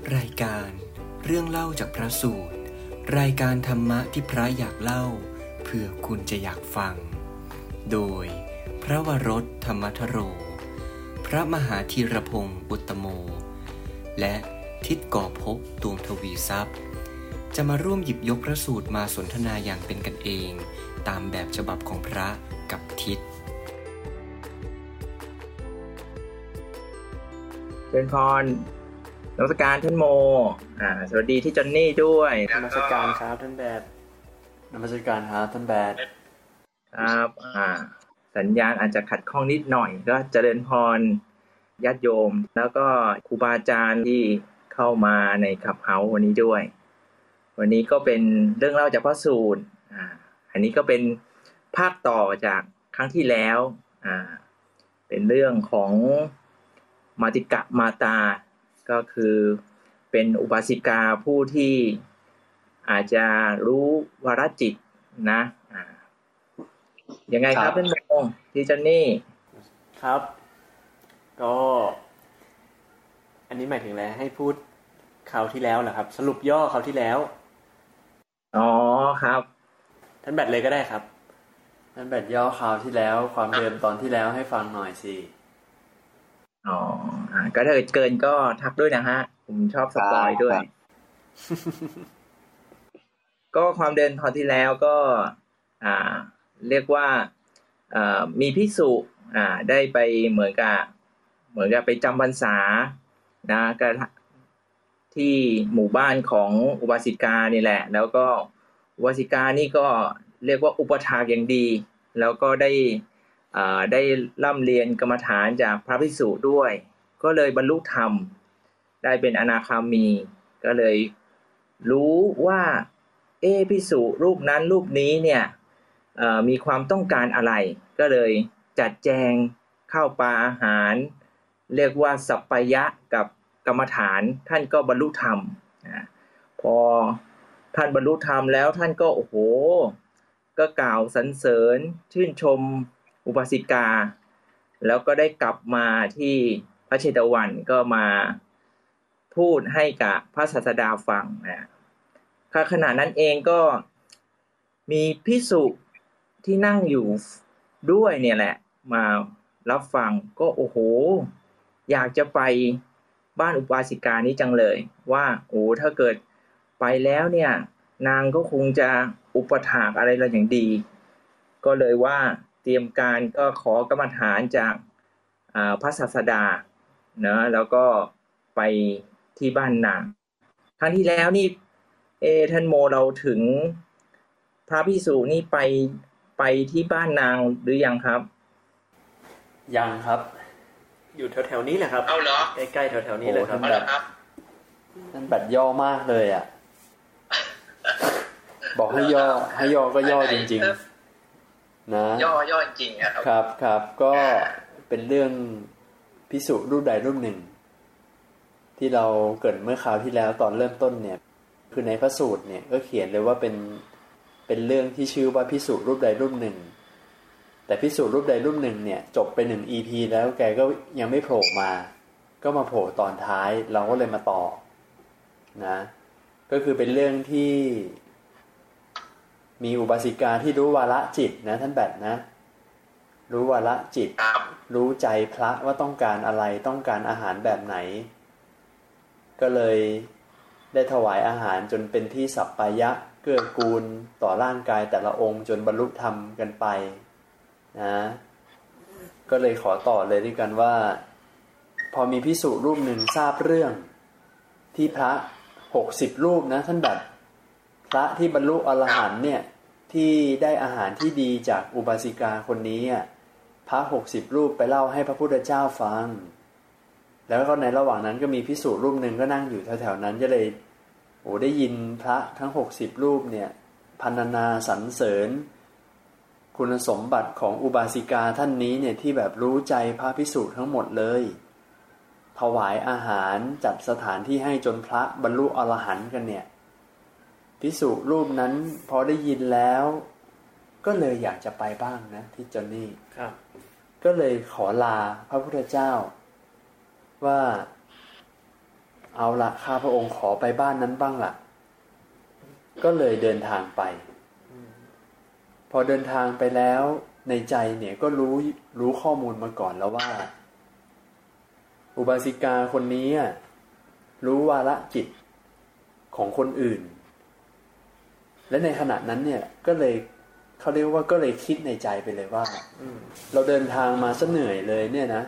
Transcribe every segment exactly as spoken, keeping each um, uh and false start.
รายการเรื่องเล่าจากพระสูตรรายการธรรมะที่พระอยากเล่าเพื่อคุณจะอยากฟังโดยพระวรถธรรมทโรพระมหาธีรพงศ์อุตตโมและทิศก่อภพดวงทวีทรัพย์จะมาร่วมหยิบยกพระสูตรมาสนทนาอย่างเป็นกันเองตามแบบฉบับของพระกับทิศเชิญพรนมัสการท่านโมอ่าสวัสดีที่จอนนี่ด้วยนมัสการครับท่านแบดนมัสการครับท่านแบดครับอ่าสัญญาณอาจจะขัดข้องนิดหน่อยก็เจริญพรญาติโยมแล้วก็ครูบาอาจารย์ที่เข้ามาในคลับเฮาส์วันนี้ด้วยวันนี้ก็เป็นเรื่องเล่าจากพระสูตรอ่าอันนี้ก็เป็นภาคต่อจากครั้งที่แล้วอ่าเป็นเรื่องของมาติกะมาตาก็คือเป็นอุบาสิกาผู้ที่อาจจะรู้วาระจิตนะอ่ายังไงครับท่านโมที่จอนนี่ครับก็อันนี้หมายถึงอะไรให้พูดคราวที่แล้วเหรอครับสรุปย่อคราวที่แล้วอ๋อครับท่านแบดเลยก็ได้ครับท่านแบดย่อคราวที่แล้วความเดิมตอนที่แล้วให้ฟังหน่อยสิอ๋ออ่าก็ถ้าเกินก็ทักด้วยนะฮะผมชอบสปอยด้วย ก็ความเดินตอนที่แล้วก็อ่าเรียกว่าอ่ามีภิกษุอ่าได้ไปเหมือนกับเหมือนกับไปจำพรรษานะก็ที่หมู่บ้านของอุบาสิกานี่แหละแล้วก็อุบาสิกานี่ก็เรียกว่าอุปถากอย่างดีแล้วก็ได้อ่าได้ร่ำเรียนกรรมฐานจากพระภิกษุด้วยก็เลยบรรลุธรรมได้เป็นอนาคามีก็เลยรู้ว่าเอ๊ะภิกษุรูปนั้นรูปนี้เนี่ยเอ่อมีความต้องการอะไรก็เลยจัดแจงข้าวปลาอาหารเรียกว่าสัปปายะกับกรรมฐานท่านก็บรรลุธรรมนะพอท่านบรรลุธรรมแล้วท่านก็โอ้โหก็กล่าวสรรเสริญชื่นชมอุบาสิกาแล้วก็ได้กลับมาที่พระเชตวันก็มาพูดให้กับพระศาสดาฟังนะขณะนั้นเองก็มีภิกษุที่นั่งอยู่ด้วยเนี่ยแหละมารับฟังก็โอ้โหอยากจะไปบ้านอุบาสิกานี้จังเลยว่าโอ้ถ้าเกิดไปแล้วเนี่ยนางก็คงจะอุปถากอะไรเราอย่างดีก็เลยว่าเตรียมการก็ขอกรรมฐานจากพระศาสดาเนะแล้วก็ไปที่บ้านนางครั้งที่แล้วนี่เอท่านโมเราถึงพระภิกษุนี่ไปไปที่บ้านนางหรือยังครับยังครับอยู่แถวๆนี้แหละครับเอาเหรอใกล้ๆแถวๆนี้เลยครับแบบนั่นแบบย่อมากเลยอ่ะบอกให้ย่อให้ย่อก็ย่อจริงๆนะย่อย่อจริงครับครับครับก็เป็นเรื่องภิกษุรูปใดรูปหนึ่งที่เราเกริ่นเมื่อคราวที่แล้วตอนเริ่มต้นเนี่ยคือในพระสูตรเนี่ยก็เขียนเลยว่าเป็นเป็นเรื่องที่ชื่อว่าภิกษุรูปใดรูปหนึ่งแต่ภิกษุรูปใดรูปหนึ่งเนี่ยจบไปหนึ่ง อี พี แล้วแกก็ยังไม่โผล่มาก็มาโผล่ตอนท้ายเราก็เลยมาต่อนะก็คือเป็นเรื่องที่มีอุบาสิกาที่รู้วาระจิตนะท่านแบดนะรู้วาระจิตรู้ใจพระว่าต้องการอะไรต้องการอาหารแบบไหนก็เลยได้ถวายอาหารจนเป็นที่สัปปายะเกื้อกูลต่อร่างกายแต่ละองค์จนบรรลุธรรมกันไปนะก็เลยขอต่อเลยด้วยกันว่าพอมีภิกษุรูปหนึ่งทราบเรื่องที่พระหกสิบรูปนะท่านแบบพระที่บรรลุอรหันต์เนี่ยที่ได้อาหารที่ดีจากอุบาสิกาคนนี้อ่ะพระหกสิบรูปไปเล่าให้พระพุทธเจ้าฟังแล้วก็ในระหว่างนั้นก็มีภิกษุรูปหนึ่งก็นั่งอยู่แถวๆนั้นก็เลยโอ้ได้ยินพระทั้งหกสิบรูปเนี่ยพรรณนาสรรเสริญคุณสมบัติของอุบาสิกาท่านนี้เนี่ยที่แบบรู้ใจพระภิกษุทั้งหมดเลยถวายอาหารจัดสถานที่ให้จนพระบรรลุอรหันต์กันเนี่ยภิกษุรูปนั้นพอได้ยินแล้วก็เลยอยากจะไปบ้างนะที่จอนนี่ครับก็เลยขอลาพระพุทธเจ้าว่าเอาละข้าพระองค์ขอไปบ้านนั้นบ้างละก็เลยเดินทางไปพอเดินทางไปแล้วในใจเนี่ยก็รู้รู้ข้อมูลมาก่อนแล้วว่าอุบาสิกาคนนี้รู้วาระจิตของคนอื่นและในขณะนั้นเนี่ยก็เลยเขาเรียกว่าก็เลยคิดในใจไปเลยว่าเราเดินทางมาซะเหนื่อยเลยเนี่ยนะ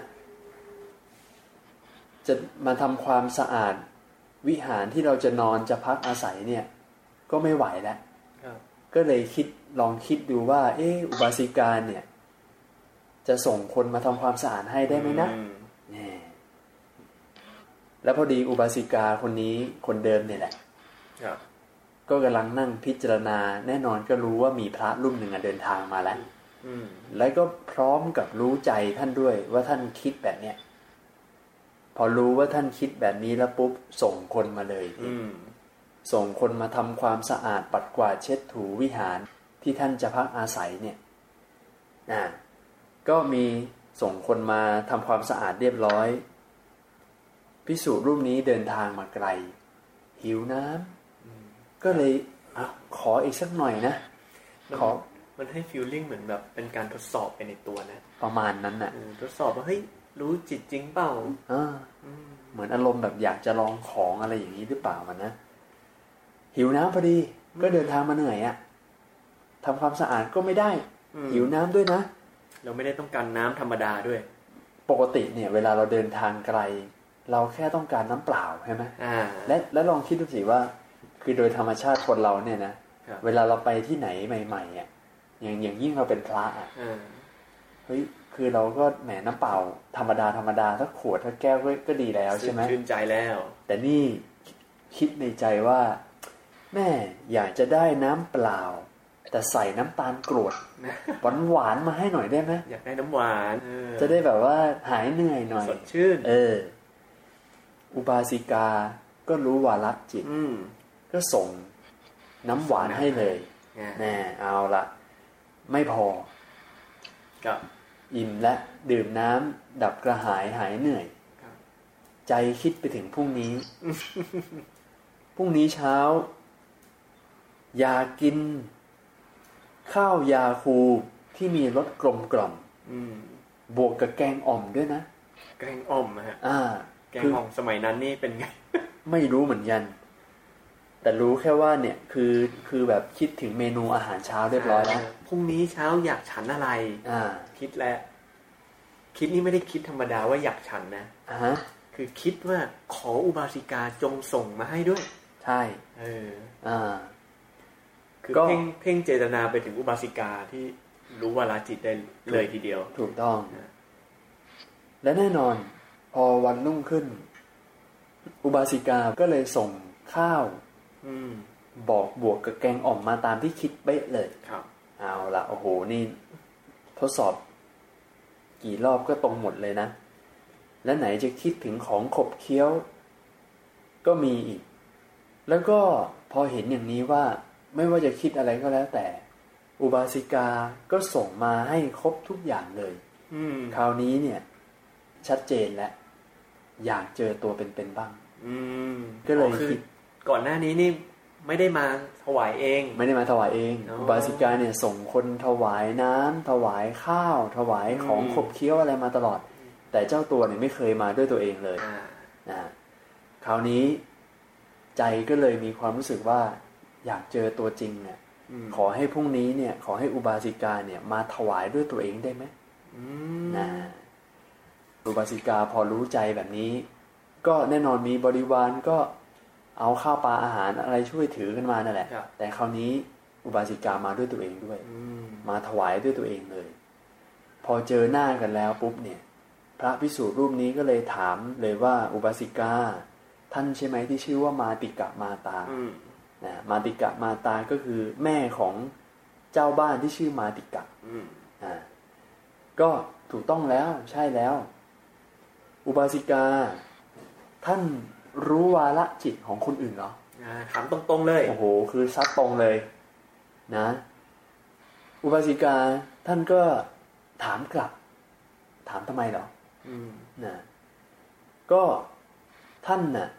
จะมาทำความสะอาดวิหารที่เราจะนอนจะพักอาศัยเนี่ยก็ไม่ไหวแล้วก็เลยคิดลองคิดดูว่าเอออุบาสิกาเนี่ยจะส่งคนมาทำความสะอาดให้ได้ไหมนะเนี่ยแล้วพอดีอุบาสิกาคนนี้คนเดิมเนี่ยแหละก็กำลังนั่งพิจารณาแน่นอนก็รู้ว่ามีพระรูปหนึ่งเดินทางมาแล้วแล้วก็พร้อมกับรู้ใจท่านด้วยว่าท่านคิดแบบเนี้ยพอรู้ว่าท่านคิดแบบนี้แล้วปุ๊บส่งคนมาเลยส่งคนมาทำความสะอาดปัดกวาดเช็ดถูวิหารที่ท่านจะพักอาศัยเนี่ยนะก็มีส่งคนมาทำความสะอาดเรียบร้อยภิกษุรูปนี้เดินทางมาไกลหิวน้ำก็เลยอ่ะขออีกสักหน่อยนะขอมันให้ฟีลลิ่งเหมือนแบบเป็นการทดสอบไปในตัวนะประมาณนั้นน่ะทดสอบว่าเฮ้ยรู้จิตจริงเปล่าอ่าเหมือนอารมณ์แบบอยากจะลองของอะไรอย่างนี้หรือเปล่ามันนะหิวน้ำพอดีก็เดินทางมาเหนื่อยอ่ะทำความสะอาดก็ไม่ได้หิวน้ำด้วยนะเราไม่ได้ต้องการน้ำธรรมดาด้วยปกติเนี่ยเวลาเราเดินทางไกลเราแค่ต้องการน้ำเปล่าใช่ไหมและและลองคิดดูสิว่าคือโดยธรรมชาติคนเราเนี่ยนะเวลาเราไปที่ไหนใหม่ๆอ่ะอย่างอย่างยิ่งเราเป็นพระอ่ะเฮ้ยคือเราก็แหมน้ำเปล่าธรรมดาธรรมดาถ้าขวดถ้าแก้วก็ดีแล้วใช่ไหมชื่นใจแล้วแต่นี่คิดในใจว่าแม่อยากจะได้น้ำเปล่าแต่ใส่น้ำตาลกรวดหวานหวานมาให้หน่อยได้ไหมอยากได้น้ำหวานจะได้แบบว่าหายเหนื่อยหน่อยสดชื่นเอออุบาสิกาก็รู้วาระจิตก็ส่งน้ำหวานให้เลยแน่เอาละไม่พอกับอิ่มและดื่มน้ำดับกระหายหายเหนื่อยใจคิดไปถึงพรุ่งนี้พรุ่งนี้เช้าอยากกินข้าวยาคูที่มีรสกลมกล่อมบวกกับแกงอ่อมด้วยนะแกงอ่อมฮะอ่าแกงอ่อมสมัยนั้นนี่เป็นไงไม่รู้เหมือนกันแต่รู้แค่ว่าเนี่ยคือคือแบบคิดถึงเมนูอาหารเช้าเรียบร้อยแล้วพรุ่งนี้เช้าอยากฉันอะไรอ่าคิดแล้วคิดนี่ไม่ได้คิดธรรมดาว่าอยากฉันนะอ่าฮะคือคิดว่าขออุบาสิกาจงส่งมาให้ด้วยใช่เอออ่าคือเพ่งเพ่งเจตนาไปถึงอุบาสิกาที่รู้วาระจิตได้เลยทีเดียวถูกต้องและแน่นอนพอวันรุ่งขึ้นอุบาสิกาก็เลยส่งข้าวบอกบวกกับแกงอ่อมมาตามที่คิดเป๊ะเลยครับเอาละโอ้โหนี่ทดสอบกี่รอบก็ตรงหมดเลยนะและไหนจะคิดถึงของขบเคี้ยวก็มีอีกแล้วก็พอเห็นอย่างนี้ว่าไม่ว่าจะคิดอะไรก็แล้วแต่อุบาสิกาก็ส่งมาให้ครบทุกอย่างเลยคราวนี้เนี่ยชัดเจนแล้วอยากเจอตัวเป็นๆบ้างก็เลยคิดก่อนหน้านี้นี่ไม่ได้มาถวายเองไม่ได้มาถวายเองอุบาสิกาเนี่ยส่งคนถวายน้ำถวายข้าวถวายของขบเคี้ยวอะไรมาตลอดแต่เจ้าตัวเนี่ยไม่เคยมาด้วยตัวเองเลยนะคราวนี้ใจก็เลยมีความรู้สึกว่าอยากเจอตัวจริงเนี่ยขอให้พรุ่งนี้เนี่ยขอให้อุบาสิกาเนี่ยมาถวายด้วยตัวเองได้ไหมนะอุบาสิกาพอรู้ใจแบบนี้ก็แน่นอนมีบริวารก็เอาข้าวปลาอาหารอะไรช่วยถือกันมานั่นแหละแต่คราวนี้อุบาสิกามาด้วยตัวเองด้วยมาถวายด้วยตัวเองเลยพอเจอหน้ากันแล้วปุ๊บเนี่ยพระภิกษุรูปนี้ก็เลยถามเลยว่าอุบาสิกาท่านใช่ไหมที่ชื่อว่ามาติกะมาตานะมาติกะมาตาก็คือแม่ของเจ้าบ้านที่ชื่อมาติกะอ่าก็ถูกต้องแล้วใช่แล้วอุบาสิกาท่านรู้วาระจิตของคนอื่นเหรอถามตรงๆเลยโอ้โหคือซัดตรงเลยนะอุบาสิกาท่านก็ถามกลับถามทำไมเหรอนะก็ท่านน่ะถ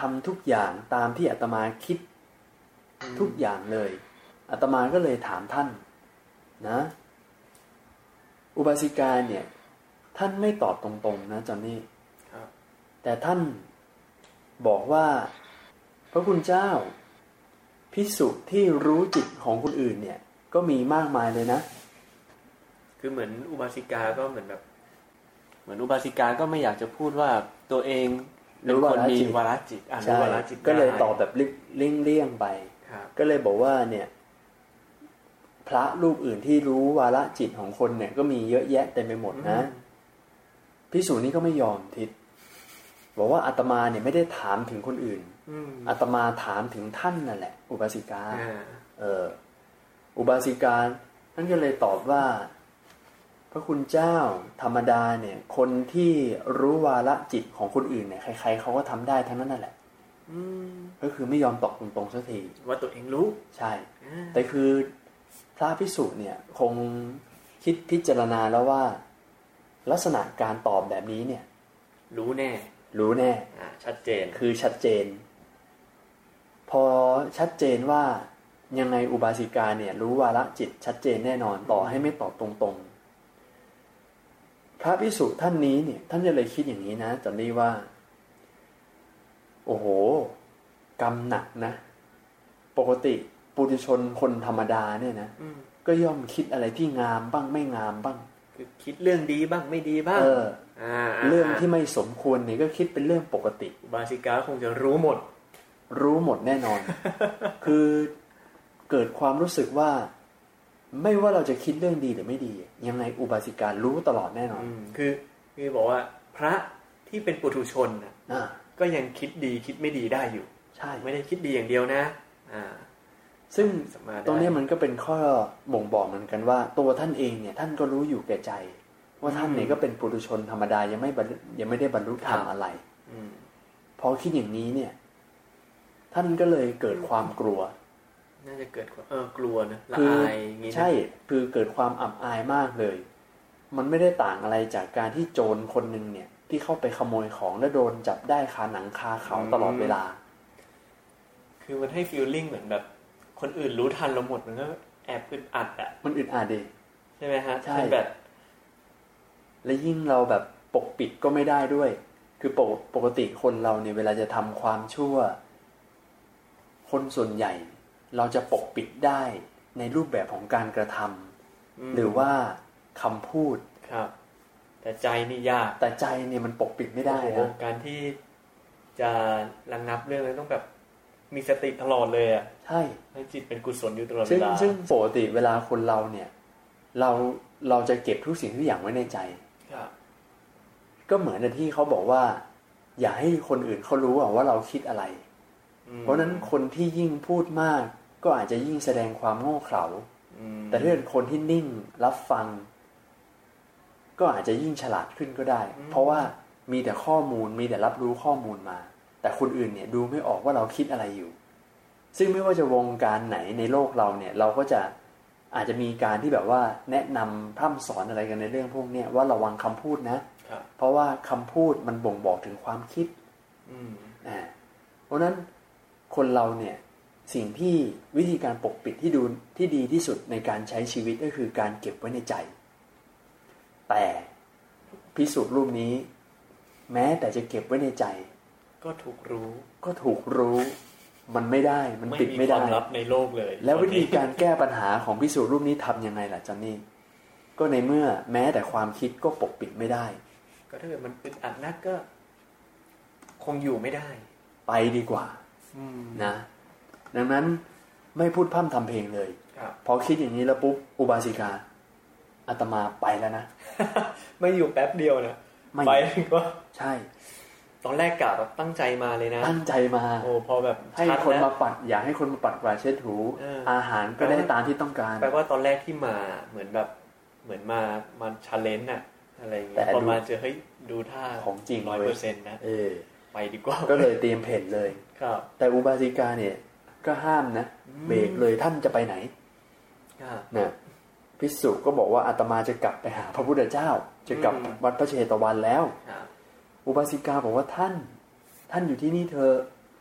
ำทุกอย่างตามที่อาตมาคิดทุกอย่างเลยอาตมาก็เลยถามท่านนะอุบาสิกาเนี่ยท่านไม่ตอบตรงๆนะจอนนี่แต่ท่านบอกว่าพระคุณเจ้าภิกษุที่รู้จิตของคนอื่นเนี่ยก็มีมากมายเลยนะคือเหมือนอุบาสิกาก็เหมือนแบบเหมือนอุบาสิกาก็ไม่อยากจะพูดว่าตัวเองเป็นคนมีวาระจิตอ่ะรู้วาระจิตก็เลยตอบแบบเลี่ยงๆไปก็เลยบอกว่าเนี่ยพระรูปอื่นที่รู้วาระจิตของคนเนี่ยก็มีเยอะแยะเต็มไปหมดนะภิกษุนี้ก็ไม่ยอมทิศบอกว่าอาตมาเนี่ยไม่ได้ถามถึงคนอื่นอาตมาถามถึงท่านนั่นแหละอุบาสิกาเอออุบาสิกาท่านก็เลยตอบว่าพระคุณเจ้าธรรมดาเนี่ยคนที่รู้วาระจิตของคนอื่นเนี่ยใครๆเขาก็ทำได้ทั้งนั้นนั่นแหละก็คือไม่ยอมตอบตรงๆสักทีว่าตัวเองรู้ใช่แต่คือพระภิกษุเนี่ยคงคิดพิจารณาแล้วว่าลักษณะการตอบแบบนี้เนี่ยรู้แน่รู้แน่อ่าชัดเจนคือชัดเจนพอชัดเจนว่ายังไงอุบาสิกาเนี่ยรู้วาระจิตชัดเจนแน่นอนต่อให้ไม่ตอบตรงๆพระภิกษุท่านนี้เนี่ยท่านจะเลยคิดอย่างนี้นะจอนนี่ว่าโอ้โหกรรมหนักนะปกติปุถุชนคนธรรมดาเนี่ยนะก็ย่อมคิดอะไรที่งามบ้างไม่งามบ้างคือคิดเรื่องดีบ้างไม่ดีบ้างเออเรื่องที่ไม่สมควรนี่ก็คิดเป็นเรื่องปกติอุบาสิกาคงจะรู้หมดรู้หมดแน่นอน คือเกิดความรู้สึกว่าไม่ว่าเราจะคิดเรื่องดีหรือไม่ดียังไงอุบาสิการู้ตลอดแน่นอนคือคือบอกว่าพระที่เป็นปุถุชนนะก็ยังคิดดีคิดไม่ดีได้อยู่ใช่ไม่ได้คิดดีอย่างเดียวนะอ่าซึ่งตรงนี้มันก็เป็นข้อบ่งบอกเหมือนกันว่าตัวท่านเองเนี่ยท่านก็รู้อยู่แก่ใจว่าท่านเนี่ยก็เป็นปุถุชนธรรมดายังไม่ยังไม่ได้บรรลุธรรมอะไรพอคิดอย่างนี้เนี่ยท่านก็เลยเกิดความกลัวน่าจะเกิดเออกลัวนะละอายอย่างนี้ใช่คือเกิดความอับอายมากเลยมันไม่ได้ต่างอะไรจากการที่โจรคนนึงเนี่ยที่เข้าไปขโมยของแล้วโดนจับได้คาหนังคาเขาตลอดเวลาคือมันให้ฟีลลิ่งเหมือนแบบคนอื่นรู้ทันเราหมดมันก็แอบอึดอัดอ่ะมันอึดอัดดิใช่ไหมฮะใช่แบบและยิ่งเราแบบปกปิดก็ไม่ได้ด้วยคือปกปกติคนเราเนี่ยเวลาจะทำความชั่วคนส่วนใหญ่เราจะปกปิดได้ในรูปแบบของการกระทำหรือว่าคำพูดครับแต่ใจนี่ยากแต่ใจเนี่ยมันปกปิดไม่ได้นะการที่จะระงับเรื่องนั้นต้องแบบมีสติตลอดเลยอ่ะใช่ให้จิตเป็นกุศลอยู่ตลอดเวลาซึ่งปกติเวลาคนเราเนี่ยเราเราจะเก็บทุกสิ่งทุกอย่างไว้ในใจครับก็เหมือนที่เขาบอกว่าอย่าให้คนอื่นเขารู้ว่าเราคิดอะไรเพราะนั้นคนที่ยิ่งพูดมากก็อาจจะยิ่งแสดงความโง่เขลาแต่ถ้าเป็นคนที่นิ่งรับฟังก็อาจจะยิ่งฉลาดขึ้นก็ได้เพราะว่ามีแต่ข้อมูลมีแต่รับรู้ข้อมูลมาแต่คนอื่นเนี่ยดูไม่ออกว่าเราคิดอะไรอยู่ซึ่งไม่ว่าจะวงการไหนในโลกเราเนี่ยเราก็จะอาจจะมีการที่แบบว่าแนะนำพร่ำสอนอะไรกันในเรื่องพวกนี้ว่าระวังคำพูดนะเพราะว่าคำพูดมันบ่งบอกถึงความคิดอ่าเพราะนั้นคนเราเนี่ยสิ่งที่วิธีการปกปิดที่ดูที่ดีที่สุดในการใช้ชีวิตก็คือการเก็บไว้ในใจแต่ภิกษุรูปนี้แม้แต่จะเก็บไว้ในใจก็ถูกรู้ก็ถูกรู้มันไม่ได้มันปิดไม่ได้ไม่มีความลับในโลกเลยแล้ววิธีการแก้ปัญหาของภิกษุรูปนี้ทำยังไงล่ะจอนนี่ก็ในเมื่อแม้แต่ความคิดก็ปกปิดไม่ได้ก็ถ้าเกิดมันอึดอัดนักก็คงอยู่ไม่ได้ไปดีกว่านะดังนั้นไม่พูดพร่ำทำเพลงเลยพอคิดอย่างนี้แล้วปุ๊บอุบาสิกาอาตมาไปแล้วนะไม่อยู่แป๊บเดียวนะไปก็ใช่ตอนแรกกะแบบตั้งใจมาเลยนะตั้งใจมาโอ้พอแบบให้คนมาปัดอยากให้คนมาปัดกวาดเช็ดถูอาหารก็ได้ตามที่ต้องการแปลว่าตอนแรกที่มาเหมือนแบบเหมือนมามาชาเลนจ์น่ะอะไรอย่างเงี้ยพอมาเจอเฮ้ยดูท่าของจริงร้อยเปอร์เซ็นต์ นะเออไปดีกว่าก็เลยเตรียมเพ่นเลยครับแต่อุบาสิกาเนี่ยก็ห้ามนะเบรกเลยท่านจะไปไหนนะภิกษุก็บอกว่าอาตมาจะกลับไปหาพระพุทธเจ้าจะกลับวัดพระเชตวันแล้วอุบาสิกาบอกว่าท่านท่านอยู่ที่นี่เธอ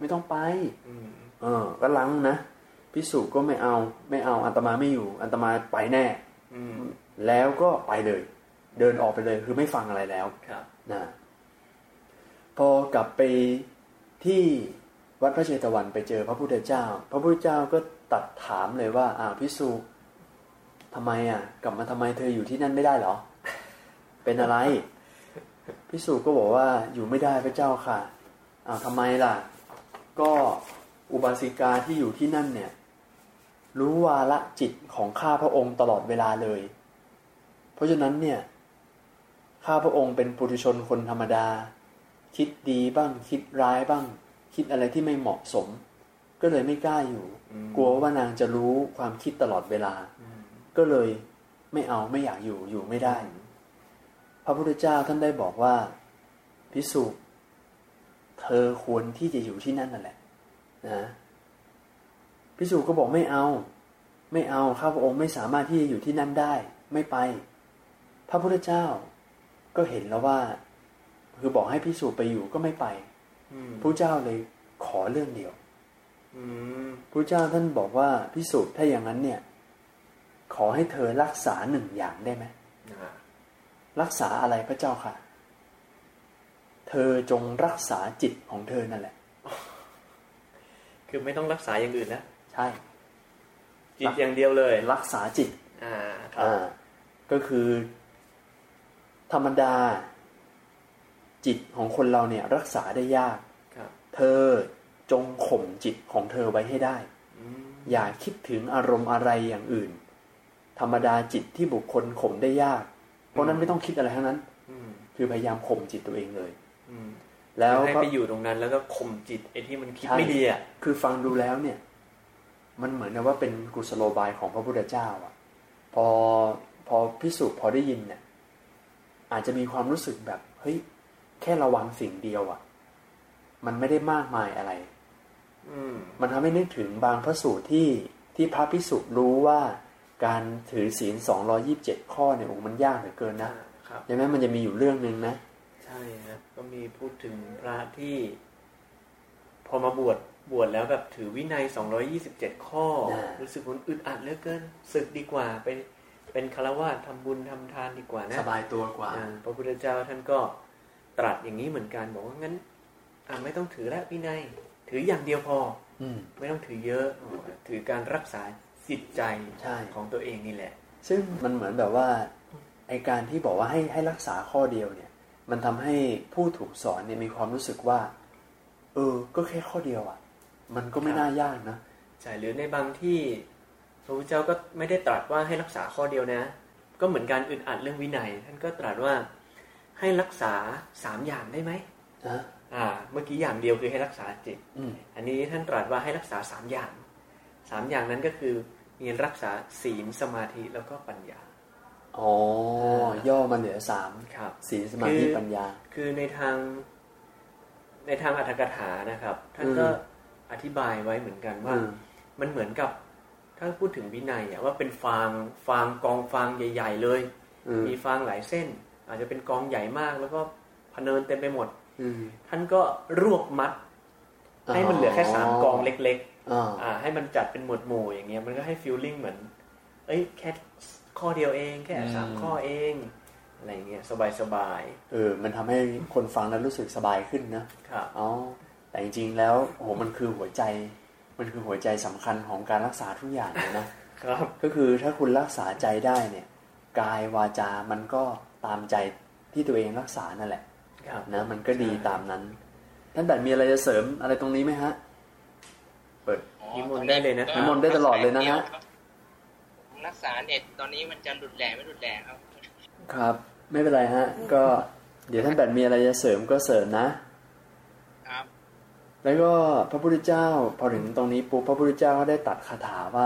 ไม่ต้องไปเออก็ลังนะภิกษุก็ไม่เอาไม่เอาอาตมาไม่อยู่อาตมาไปแน่แล้วก็ไปเลยเดินออกไปเลยคือไม่ฟังอะไรแล้วนะพอกลับไปที่วัดพระเชตวันไปเจอพระพุทธเจ้าพระพุทธเจ้าก็ตัดถามเลยว่าอ้าวภิกษุทำไมอ่ะกลับมาทำไมเธออยู่ที่นั่นไม่ได้เหรอเป็นอะไรภิกษุก็บอกว่าอยู่ไม่ได้พระเจ้าค่ะอ้าวทำไมล่ะก็อุบาสิกาที่อยู่ที่นั่นเนี่ยรู้วาระจิตของข้าพระองค์ตลอดเวลาเลยเพราะฉะนั้นเนี่ยข้าพระองค์เป็นปุถุชนคนธรรมดาคิดดีบ้างคิดร้ายบ้างคิดอะไรที่ไม่เหมาะสมก็เลยไม่กล้าอยู่กลัวว่านางจะรู้ความคิดตลอดเวลาก็เลยไม่เอาไม่อยากอยู่อยู่ไม่ได้พระพุทธเจ้าท่านได้บอกว่าภิกษุเธอควรที่จะอยู่ที่นั่นนั่นแหละนะภิกษุก็บอกไม่เอาไม่เอาข้าพระองค์ไม่สามารถที่จะอยู่ที่นั่นได้ไม่ไปพระพุทธเจ้าก็เห็นแล้วว่าคือบอกให้ภิกษุไปอยู่ก็ไม่ไปพระเจ้าเลยขอเรื่องเดียวพระเจ้าท่านบอกว่าภิกษุถ้าอย่างนั้นเนี่ยขอให้เธอรักษาหนึ่งอย่างได้ไหมรักษาอะไรพระเจ้าค่ะเธอจงรักษาจิตของเธอนั่นแหละคือไม่ต้องรักษาอย่างอื่นนะใช่จิตอย่างเดียวเลยรักษาจิตอ่าอ่าก็คือธรรมดาจิตของคนเราเนี่ยรักษาได้ยากเธอจงข่มจิตของเธอไว้ให้ได้อย่าคิดถึงอารมณ์อะไรอย่างอื่นธรรมดาจิตที่บุคคลข่มได้ยากเพราะนั้นไม่ต้องคิดอะไรทั้งนั้นคือพยายามข่มจิตตัวเองเลยแล้วให้ไปอยู่ตรงนั้นแล้วก็ข่มจิตไอ้ที่มันคิดไม่ดีอ่ะคือฟังดูแล้วเนี่ยมันเหมือนกับว่าเป็นกุศโลบายของพระพุทธเจ้าอ่ะพอพอภิกษุพอได้ยินเนี่ยอาจจะมีความรู้สึกแบบเฮ้ยแค่ระวังสิ่งเดียวอ่ะมันไม่ได้มากมายอะไรมันทำให้นึกถึงบางพระสูตรที่ที่พระภิกษุรู้ว่าการถือศีลสองร้อยยี่สิบเจ็ดข้อเนี่ยโอ้มันยากเหลือเกินนะใช่ไหมมันจะมีอยู่เรื่องนึงนะใช่ครับก็มีพูดถึงพระที่พอมาบวชบวชแล้วแบบถือวินัยสองร้อยยี่สิบเจ็ดข้อรู้สึกมันอึดอัดเหลือเกินศึกดีกว่าไปเป็นฆราวาสทำบุญทำทานดีกว่านะสบายตัวกว่าพระพุทธเจ้าท่านก็ตรัสอย่างนี้เหมือนกันบอกว่างั้นอ่ะไม่ต้องถือแล้ววินัยถืออย่างเดียวพอไม่ต้องถือเยอะถือการรักษาจิตใจของตัวเองนี่แหละซึ่งมันเหมือนแบบว่าไอการที่บอกว่าให้ให้รักษาข้อเดียวเนี่ยมันทำให้ผู้ถูกสอนเนี่ยมีความรู้สึกว่าเออก็แค่ข้อเดียวอ่ะมันก็ไม่น่ายากนะใช่หรือในบางที่พระพุทธเจ้าก็ไม่ได้ตรัสว่าให้รักษาข้อเดียวนะก็เหมือนการอึดอัดเรื่องวินัยท่านก็ตรัสว่าให้รักษาสามอย่างได้ไหมอ่าเมื่อกี้อย่างเดียวคือให้รักษาจิตอันนี้ท่านตรัสว่าให้รักษาสามอย่างสามอย่างนั้นก็คือมีรักษาศีลสมาธิแล้วก็ปัญญาอ๋อย่อมาเหลือสามครับศีลสมาธิปัญญาคือในทางในทางอรรถกถานะครับท่านก็อธิบายไว้เหมือนกันว่ามันเหมือนกับถ้าพูดถึงวินัยอ่ะว่าเป็นฟางฟางกองฟางใหญ่ๆเลยมีฟางหลายเส้นอาจจะเป็นกองใหญ่มากแล้วก็พเนินเต็มไปหมดท่านก็รวบมัดให้มันเหลือแค่สามกองเล็กๆอ่าให้มันจัดเป็นหมวดหมู่อย่างเงี้ยมันก็ให้ฟีลลิ่งเหมือนเอ้ยแค่ข้อเดียวเองแค่สามข้อเองอะไรเงี้ยสบายๆเออมันทำให้คนฟังแล้วรู้สึกสบายขึ้นนะครับอ๋อแต่จริงๆแล้วโอ้โหมันคือหัวใจมันคือหัวใจสำคัญของการรักษาทุกอย่างเลยนะครับก็คือถ้าคุณรักษาใจได้เนี่ยกายวาจามันก็ตามใจที่ตัวเองรักษานั่นแหละนะมันก็ดีตามนั้นท่านแบบมีอะไรจะเสริมอะไรตรงนี้ไหมฮะเปิดนิมนต์ได้เลยนะนิมนต์ได้ตลอดเลยนะฮะรักษาเน็ตตอนนี้มันจะหลุดแหล่ไม่หลุดแหล่ครับครับไม่เป็นไรฮะก็เดี๋ยวท่านแบบมีอะไรจะเสริมก็เสริมนะครับแล้วก็พระพุทธเจ้าพอถึงตรงนี้ปุ๊บพระพุทธเจ้าก็ได้ตรัสคาถาว่า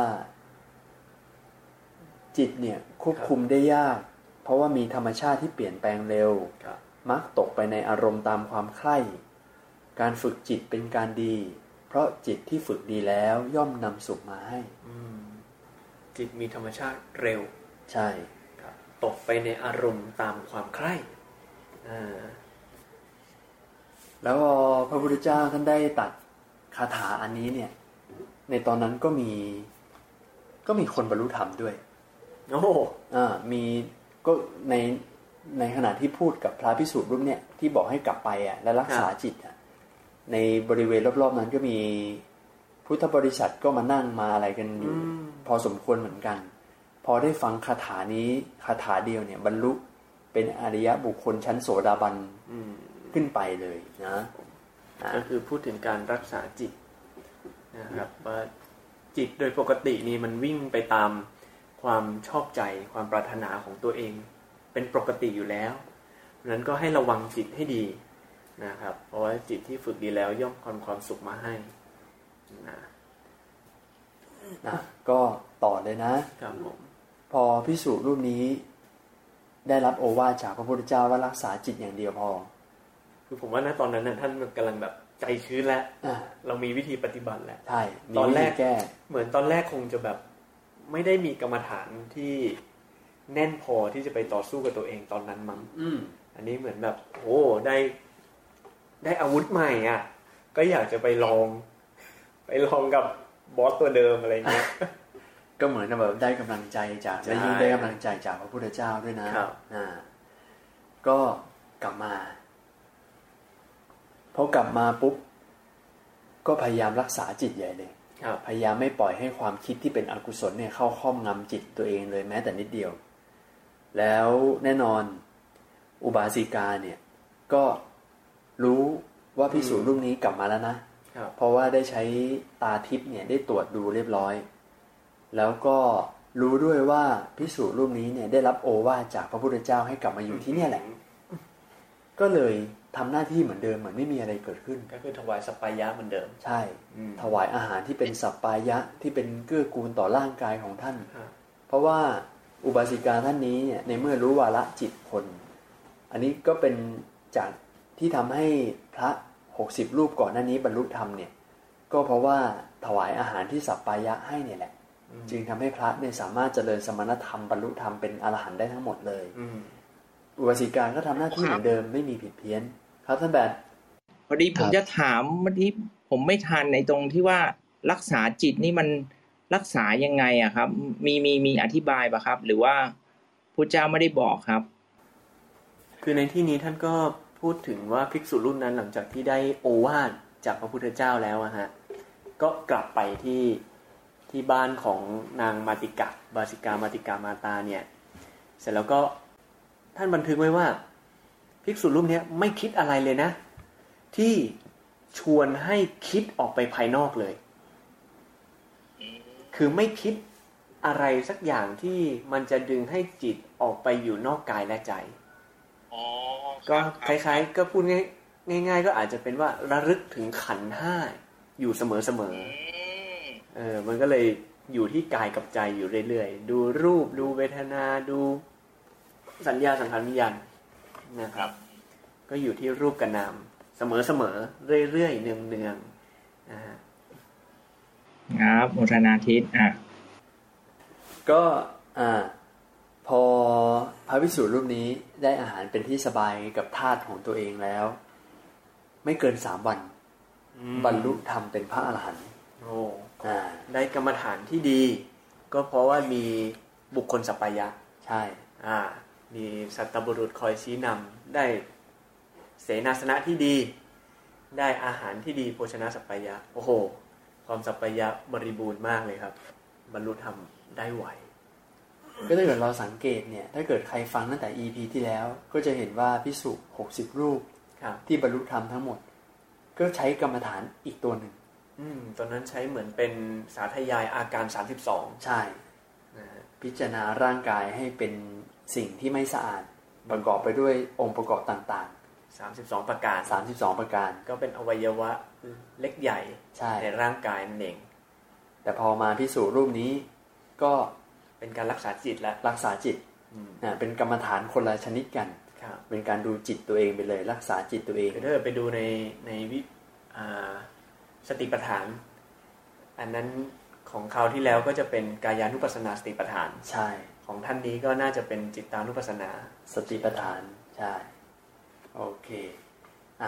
จิตเนี่ยควบคุมได้ยากเพราะว่ามีธรรมชาติที่เปลี่ยนแปลงเร็วมักตกไปในอารมณ์ตามความใคร่การฝึกจิตเป็นการดีเพราะจิตที่ฝึกดีแล้วย่อมนำสุขมาให้จิตมีธรรมชาติเร็วใช่ตกไปในอารมณ์ตามความใคร่แล้วพอพระพุทธเจ้าท่านได้ตัดคาถาอันนี้เนี่ยในตอนนั้นก็มีก็มีคนบรรลุธรรมด้วยโอ้อ่ามีก็ในในขณะที่พูดกับพระภิกษุรูปเนี่ยที่บอกให้กลับไปอ่ะและรักษาจิตอ่ะในบริเวณรอบๆนั้นก็มีพุทธบริษัทก็มานั่งมาอะไรกันอยู่พอสมควรเหมือนกันพอได้ฟังคาถานี้คาถาเดียวเนี่ยบรรลุเป็นอริยบุคคลชั้นโสดาบันขึ้นไปเลยนะก็คือพูดถึงการรักษาจิตนะครับว่าจิตโดยปกตินี่มันวิ่งไปตามความชอบใจความปรารถนาของตัวเองเป็นปกติอยู่แล้วเพราะนั้นก็ให้ระวังจิตให้ดีนะครับเพราะว่าจิตที่ฝึกดีแล้วย่อมความความสุขมาให้นะนะก็ต่อเลยนะครับผมพอภิกษุรูปนี้ได้รับโอวาทจากพระพุทธเจ้าว่ารักษาจิตอย่างเดียวพอคือผมว่าณตอนนั้นน่ะท่านกำลังแบบใจชื้นแล้วเรามีวิธีปฏิบัติแล้วใช่ตอนแรกเหมือนตอนแรกคงจะแบบไม่ได้มีกรรมฐานที่แน่นพอที่จะไปต่อสู้กับตัวเองตอนนั้นมั้งอันนี้เหมือนแบบโอ้ได้ได้อาวุธใหม่อ่ะก็อยากจะไปลองไปลองกับบอสตัวเดิมอะไรเงี้ยก็เหมือนแบบได้กำลังใจจากและยิ่งได้กำลังใจจากพระพุทธเจ้าด้วยนะอ่าก็กลับมาพอกลับมาปุ๊บก็พยายามรักษาจิตใหญ่เลยพยายามไม่ปล่อยให้ความคิดที่เป็นอกุศลเนี่ยเข้าครอบงำจิตตัวเองเลยแม้แต่นิดเดียวแล้วแน่นอนอุบาสิกาเนี่ยก็รู้ว่าภิกษุรูปนี้กลับมาแล้วนะเพราะว่าได้ใช้ตาทิพย์เนี่ยได้ตรวจดูเรียบร้อยแล้วก็รู้ด้วยว่าภิกษุรูปนี้เนี่ยได้รับโอวาทจากพระพุทธเจ้าให้กลับมาอยู่ที่เนี่ยแหละก็เลยทำหน้าที่เหมือนเดิมเหมือนไม่มีอะไรเกิดขึ้นก็คือถวายสัปปายะเหมือนเดิมใช่ถวายอาหารที่เป็นสัปปายะที่เป็นเกื้อกูลต่อร่างกายของท่านเพราะว่าอุบาสิกาท่านนี้เนี่ยในเมื่อรู้วาระจิตคนอันนี้ก็เป็นจากที่ทำให้พระหกสิบรูปก่อนหน้านี้บรรลุธรรมเนี่ยก็เพราะว่าถวายอาหารที่สัปปายะให้เนี่ยแหละจึงทำให้พระเนี่ยสามารถเจริญสมณธรรมบรรลุธรรมเป็นอรหันต์ได้ทั้งหมดเลยอุบาสิกาก็ทำหน้าที่เหมือนเดิมไม่มีผิดเพี้ยนครับท่านแบบพอดีผมจะถามเมื่อกี้ผมไม่ทันในตรงที่ว่ารักษาจิตนี่มันรักษายังไงอะครับมีมีมีอธิบายป่ะครับหรือว่าพุทธเจ้าไม่ได้บอกครับคือในที่นี้ท่านก็พูดถึงว่าภิกษุรุ่นนั้นหลังจากที่ได้โอวาทจากพระพุทธเจ้าแล้วอะฮะก็กลับไปที่ที่บ้านของนางมาติกะบาสิกามาติกามาตาเนี่ยเสร็จแล้วก็ท่านบันทึกไว้ว่าภิกษุรูปนี้ไม่คิดอะไรเลยนะที่ชวนให้คิดออกไปภายนอกเลยคือไม่คิดอะไรสักอย่างที่มันจะดึงให้จิตออกไปอยู่นอกกายและใจก็คล้ายๆก็พูดง่ายง่ายๆก็อาจจะเป็นว่าระลึกถึงขันธ์ห้าอยู่เสมอๆเออมันก็เลยอยู่ที่กายกับใจอยู่เรื่อยๆดูรูปดูเวทนาดูสัญญาสังขารวิญญาณนะครับก็อยู่ที่รูปกับนามเสมอๆเรื่อยๆเนืองๆนะฮะครับโมทนาทิศอ่ะก็อ่าพอพระภิกษุรูปนี้ได้อาหารเป็นที่สบายกับธาตุของตัวเองแล้วไม่เกินสามวันบรรลุธรรมเป็นพระอรหันต์โอ้อ่าได้กรรมฐานที่ดีก็เพราะว่ามีบุคคลสัปปายะใช่อ่ามีสัตตบุรุษคอยชี้นำได้เสนาสนะที่ดีได้อาหารที่ดีโภชนะสัปปายะโอ้โหความสัปปายะบริบูรณ์มากเลยครับบรรลุธรรมได้ไวก็ถ้าเกิดเราสังเกตเนี่ยถ้าเกิดใครฟังตั้งแต่ อี พี ที่แล้วก็จะเห็นว่าภิกษุหกสิบรูปที่บรรลุธรรมทั้งหมดก็ใช้กรรมฐานอีกตัวหนึ่งอืมตอนนั้นใช้เหมือนเป็นสาธยายอาการสามสิบสองใช่พิจารณาร่างกายให้เป็นสิ่งที่ไม่สะอาดประกอบไปด้วยองค์ประกอบต่างๆสามสิบสองประการสามสิบสองประการก็เป็นอวัยวะเล็กใหญ่ในร่างกายนั่นเองแต่พอมาภิกษุรูปนี้ก็เป็นการรักษาจิตและรักษาจิตอ่าเป็นกรรมฐานคนละชนิดกันเป็นการดูจิตตัวเองไปเลยรักษาจิตตัวเองถ้าไปดูในในวิสติปัฏฐานอันนั้นของคราวที่แล้วก็จะเป็นกายานุปัสสนาสติปัฏฐานใช่ของท่านนี้ก็น่าจะเป็นจิตตานุปัสสนาสติปัฏฐานใช่โอเคอ่ะ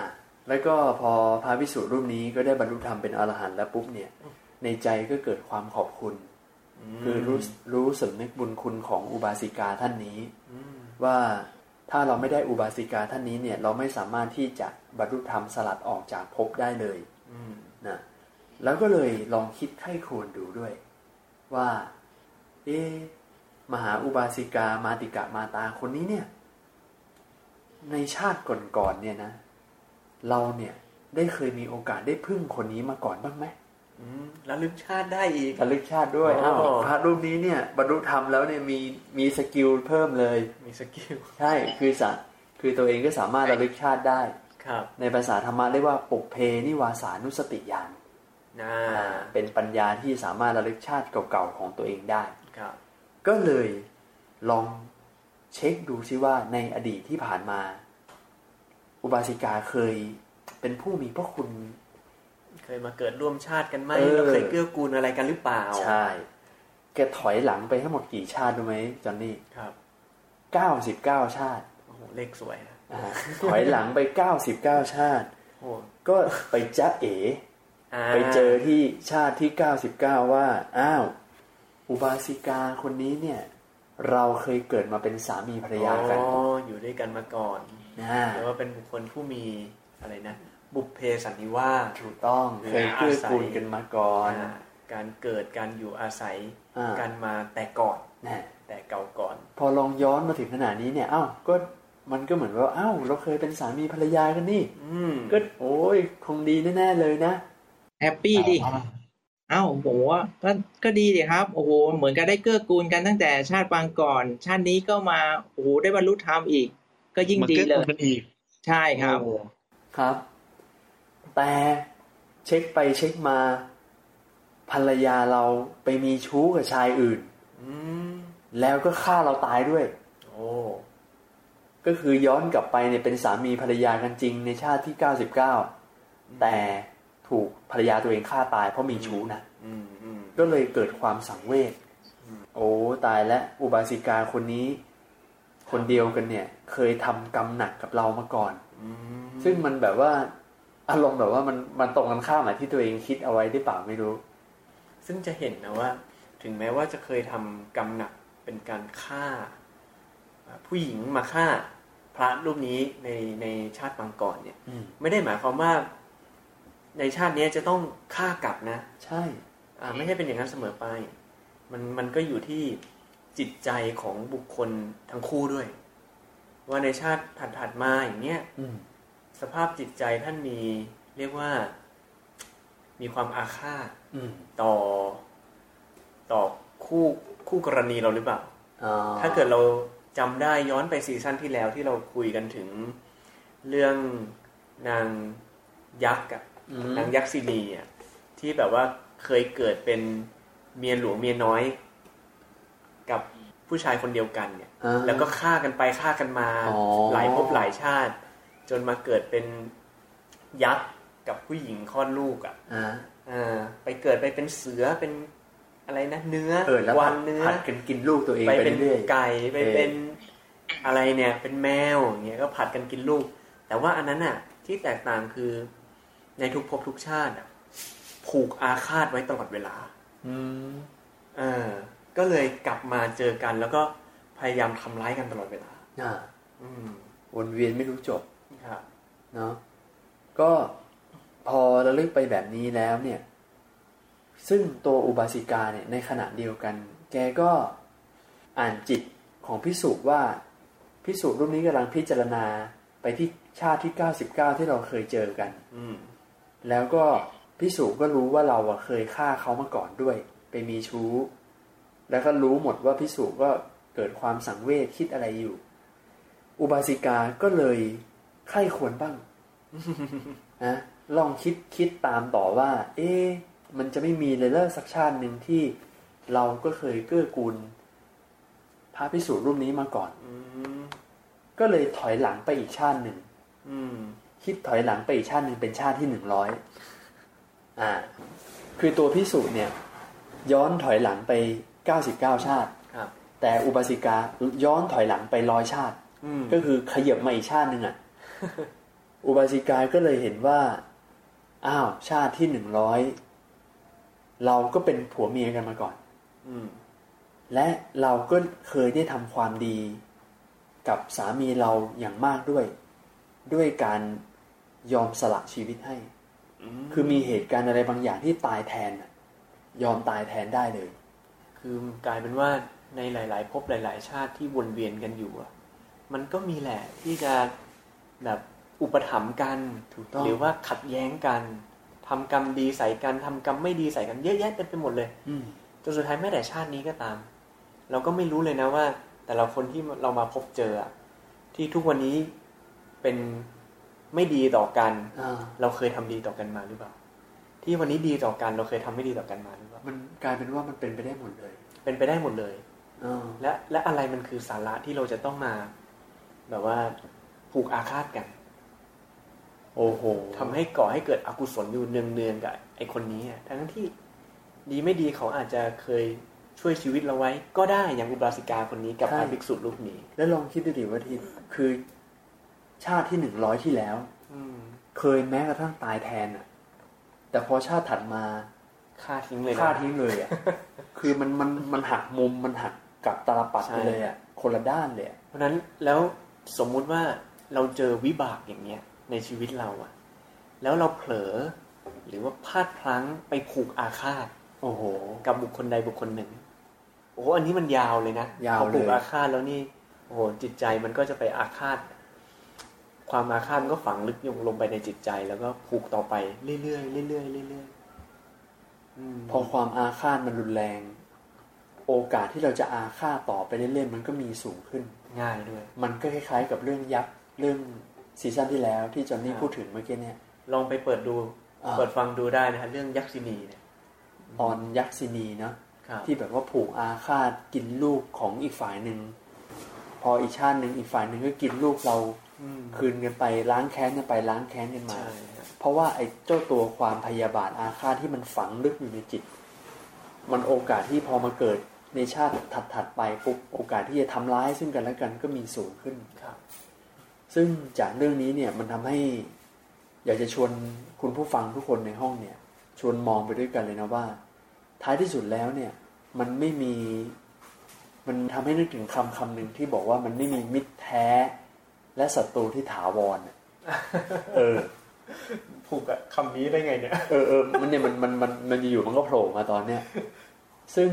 แล้วก็พอพระภิกษุรูปนี้ก็ได้บรรลุธรรมเป็นอรหันต์แล้วปุ๊บเนี่ยในใจก็เกิดความขอบคุณคือรู้รู้สำนึกบุญคุณของอุบาสิกาท่านนี้ว่าถ้าเราไม่ได้อุบาสิกาท่านนี้เนี่ยเราไม่สามารถที่จะบรรลุธรรมสลัดออกจากภพได้เลยนะแล้วก็เลยลองคิดไข้ครวญดูด้วยว่าเอ๊ะมหาอุบาสิกามาติกะมาตาคนนี้เนี่ยในชาติก่อนๆเนี่ยนะเราเนี่ยได้เคยมีโอกาสได้พึ่งคนนี้มาก่อนบ้างไหมระลึกชาติได้อีกระลึกชาติด้วยอ้าวพระรูปนี้เนี่ยบรรลุธรรมแล้วเนี่ยมีมีสกิลเพิ่มเลยมีสกิลใช่คือสัคือตัวเองก็สามารถระลึกชาติได้ครับในภาษาธรรมะเรียกว่าปุพเพนิวาสานุสติญาณนะเป็นปัญญาที่สามารถระลึกชาติเก่าๆของตัวเองได้ครับก็เลยลองเช็คดูซิว่าในอดีตที่ผ่านมาอุบาสิกาเคยเป็นผู้มีพระคุณเคยมาเกิดร่วมชาติกันไหมแล้วเคยเกื้อกูลอะไรกันหรือเปล่าใช่แกถอยหลังไปทั้งหมดกี่ชาติรู้ไหมจอนนี่ครับเก้าสิบเก้าชาติโอ้โหเลขสวยอ่าถอยหลังไปเก้าสิบเก้าชาติโอ้ก็ไปจ๊ะเอ๋ไปเจอที่ชาติที่เก้าสิบเก้าว่าอ้าวอุบาสิกาคนนี้เนี่ยเราเคยเกิดมาเป็นสามีภรรยากันอ๋ออยู่ด้วยกันมาก่อนนะหรือว่าเป็นบุคคลผู้มีอะไรนะบุพเพสันนิวาสถูกต้องเคยเกื้อกูลกันมาก่อนการเกิดการอยู่อาศัยกันมาแต่ก่อนแต่เก่าก่อนพอลองย้อนมาถึงขนาดนี้เนี่ยอ้าวก็มันก็เหมือนว่าอ้าวเราเคยเป็นสามีภรรยากันนี่ก็โอ้ยคงดีแน่ๆเลยนะแฮปปี้ดิอ้าวผมว่าก็ก็ดีดิครับโอ้โหเหมือนกับได้เกื้อกูลกันตั้งแต่ชาติปางก่อนชาตินี้ก็มาโอ้โหได้บรรลุธรรมอีกก็ยิ่งดีเลยใช่ครับครับแต่เช็คไปเช็คมาภรรยาเราไปมีชู้กับชายอื่นแล้วก็ฆ่าเราตายด้วยโอ้ก็คือย้อนกลับไปเนี่ยเป็นสามีภรรยากันจริงในชาติที่เก้าสิบเก้าแต่ถูกภรรยาตัวเองฆ่าตายเพราะมีชู้นะก็เลยเกิดความสังเวชโอ้ตายแล้วอุบาสิกาคนนี้คนเดียวกันเนี่ยเคยทำกรรมหนักกับเรามาก่อนซึ่งมันแบบว่าอารมณ์แบบว่ามันมันตรงกันข้ามกับที่ตัวเองคิดเอาไว้ได้เปล่าไม่รู้ซึ่งจะเห็นนะว่าถึงแม้ว่าจะเคยทำกรรมหนักเป็นการฆ่าผู้หญิงมาฆ่าพระรูปนี้ในในชาติปางก่อนเนี่ยไม่ได้หมายความว่าในชาตินี้จะต้องฆ่ากลับนะใช่อ่าไม่ใช่เป็นอย่างนั้นเสมอไปมันมันก็อยู่ที่จิตใจของบุคคลทั้งคู่ด้วยว่าในชาติถัดๆมาอย่างเนี้ยสภาพจิตใจท่านมีเรียกว่ามีความอาฆาตต่อต่อคู่คู่กรณีเราหรือเปล่าถ้าเกิดเราจำได้ย้อนไปซีซั่นที่แล้วที่เราคุยกันถึงเรื่องนางยักษ์อะนางยักษ์ศินีอ่ะที่แบบว่าเคยเกิดเป็นเมียหลวงเมียน้อยกับผู้ชายคนเดียวกันเนี่ยแล้วก็ฆ่ากันไปฆ่ากันมาหลายภพหลายชาติจนมาเกิดเป็นยักษ์กับผู้หญิงคลอดลูกอ่ะอ่าไปเกิดไปเป็นเสือเป็นอะไรนะเนื้อวันเนื้อผัดกันกินลูกตัวเองไปเป็นไก่ไปเป็นอะไรเนี่ยเป็นแมวอย่างเงี้ยก็ผัดกันกินลูกแต่ว่าอันนั้นอ่ะที่แตกต่างคือในทุกภพทุกชาติผูกอาฆาตไว้ตลอดเวลาอืมเออก็เลยกลับมาเจอกันแล้วก็พยายามทำร้ายกันตลอดเวลาอ่าอืมวนเวียนไม่รู้จบครับเนาะก็พอระลึกไปแบบนี้แล้วเนี่ยซึ่งตัวอุบาสิกาเนี่ยในขณะเดียวกันแกก็อ่านจิตของภิกษุว่าภิกษุรูปนี้กำลังพิจารณาไปที่ชาติที่เก้าสิบเก้าที่เราเคยเจอกันอืมแล้วก็ภิกษุก็รู้ว่าเราอะเคยฆ่าเขามาก่อนด้วยไปมีชู้แล้วก็รู้หมดว่าภิกษุก็เกิดความสังเวชคิดอะไรอยู่อุบาสิกาก็เลยใคร่ควรบ้าง นะลองคิดคิดตามต่อว่าเอ๊ะมันจะไม่มีเลยเหรอสักชาติหนึ่งที่เราก็เคยเกื้อกูลพระภิกษุรูปนี้มาก่อนก็เลยถอยหลังไปอีกชาติหนึ่งคิดถอยหลังไปอีกชาติหนึ่งเป็นชาติที่หนึ่งร้อยอ่าคือตัวภิกษุเนี่ยย้อนถอยหลังไปเก้าสิบเก้าชาติแต่อุบาสิกาย้อนถอยหลังไปร้อยชาติก็คือขยับมาอีกชาติหนึ่งอ่ะอุบาสิกาก็เลยเห็นว่าอ้าวชาติที่หนึ่งร้อยเราก็เป็นผัวเมียกันมาก่อนอืมและเราก็เคยได้ทำความดีกับสามีเราอย่างมากด้วยด้วยการยอมสละชีวิตให้คือมีเหตุการณ์อะไรบางอย่างที่ตายแทนยอมตายแทนได้เลยคือกลายเป็นว่าในหลายๆภพหลายๆชาติที่วนเวียนกันอยู่อ่ะมันก็มีแหละที่จะแบบอุปถัมภ์กันหรือว่าขัดแย้งกันทำกรรมดีใส่กันทำกรรมไม่ดีใส่กันเยอะแยะเต็มไปหมดเลยจนสุดท้ายแม้แต่ชาตินี้ก็ตามเราก็ไม่รู้เลยนะว่าแต่ละคนที่เรามาพบเจอที่ทุกวันนี้เป็นไม่ดีต่อกันเราเคยทำดีต่อกันมาหรือเปล่าที่วันนี้ดีต่อกันเราเคยทำไม่ดีต่อกันมาหรือเปล่ามันกลายเป็นว่ามันเป็นไปได้หมดเลยเป็นไปได้หมดเลยและและอะไรมันคือสาระที่เราจะต้องมาแบบว่าผูกอาฆาตกันโอ้โหทำให้ก่อให้เกิดอกุศลอยู่เนืองๆกับไอ้คนนี้ทั้งที่ดีไม่ดีเขาอาจจะเคยช่วยชีวิตเราไว้ก็ได้อย่างอุบาสิกาคนนี้กับพระภิกษุรูปนี้แล้วลองคิดดูดิว่าที่คือชาติที่หนึ่งร้อยที่แล้วเคยแม้กระทั่งตายแทนอ่ะแต่พอชาติถัดมาฆ่าทิ้งเลยฆ่าทิ้งเลยอ่ะ คือมันมันมันหักมุมมันหักกับตาลปัดไปเลยอ่ะคนละด้านเลยเพราะนั้นแล้วสมมุติว่าเราเจอวิบากอย่างเงี้ยในชีวิตเราอ่ะแล้วเราเผลอหรือว่าพลาดพลั้งไปผูกอาฆาตโอ้โหกับบุคคลใดบุคคลหนึ่งโอ้โหอันนี้มันยาวเลยนะพอผูกอาฆาตแล้วนี่โอ้โหจิตใจมันก็จะไปอาฆาตความอาฆาตมันก็ฝังลึกลงไปในจิตใจแล้วก็ผูกต่อไปเรื่อยๆเรื่อยๆเรื่อยๆพอความอาฆาตมันรุนแรงโอกาสที่เราจะอาฆาตต่อไปเรื่อยๆมันก็มีสูงขึ้นง่ายด้วยมันก็คล้ายๆกับเรื่องยักษ์เรื่องซีซั่นที่แล้วที่จอนนี่พูดถึงเมื่อกี้เนี่ยลองไปเปิดดูเปิดฟังดูได้นะฮะเรื่องยักษินีเนี่ยตอนยักษินีเนาะที่แบบว่าผูกอาฆาตกินลูกของอีกฝ่ายหนึ่งพออีกชาติหนึ่งอีกฝ่ายหนึ่งก็กินลูกเราคืนกันไปล้างแค้นกันไปล้างแค้นกันมาเพราะว่าไอ้เจ้าตัวความพยาบาทอาฆาตที่มันฝังลึกอยู่ในจิตมันโอกาสที่พอมาเกิดในชาติถัดๆไปปุ๊บโอกาสที่จะทำร้ายซึ่งกันและกันก็มีสูงขึ้นซึ่งจากเรื่องนี้เนี่ยมันทำให้อยากจะชวนคุณผู้ฟังทุกคนในห้องเนี่ยชวนมองไปด้วยกันเลยนะว่าท้ายที่สุดแล้วเนี่ยมันไม่มีมันทำให้นึกถึงคำคำหนึ่งที่บอกว่ามันไม่มีมิตรแท้และศัตรูที่ถาวรเออผูกกับคำนี้ได้ไงเนี่ยเออเออมันเนี่ยมันมันมันมันอยู่มันก็โผล่มาตอนเนี้ยซึ่ง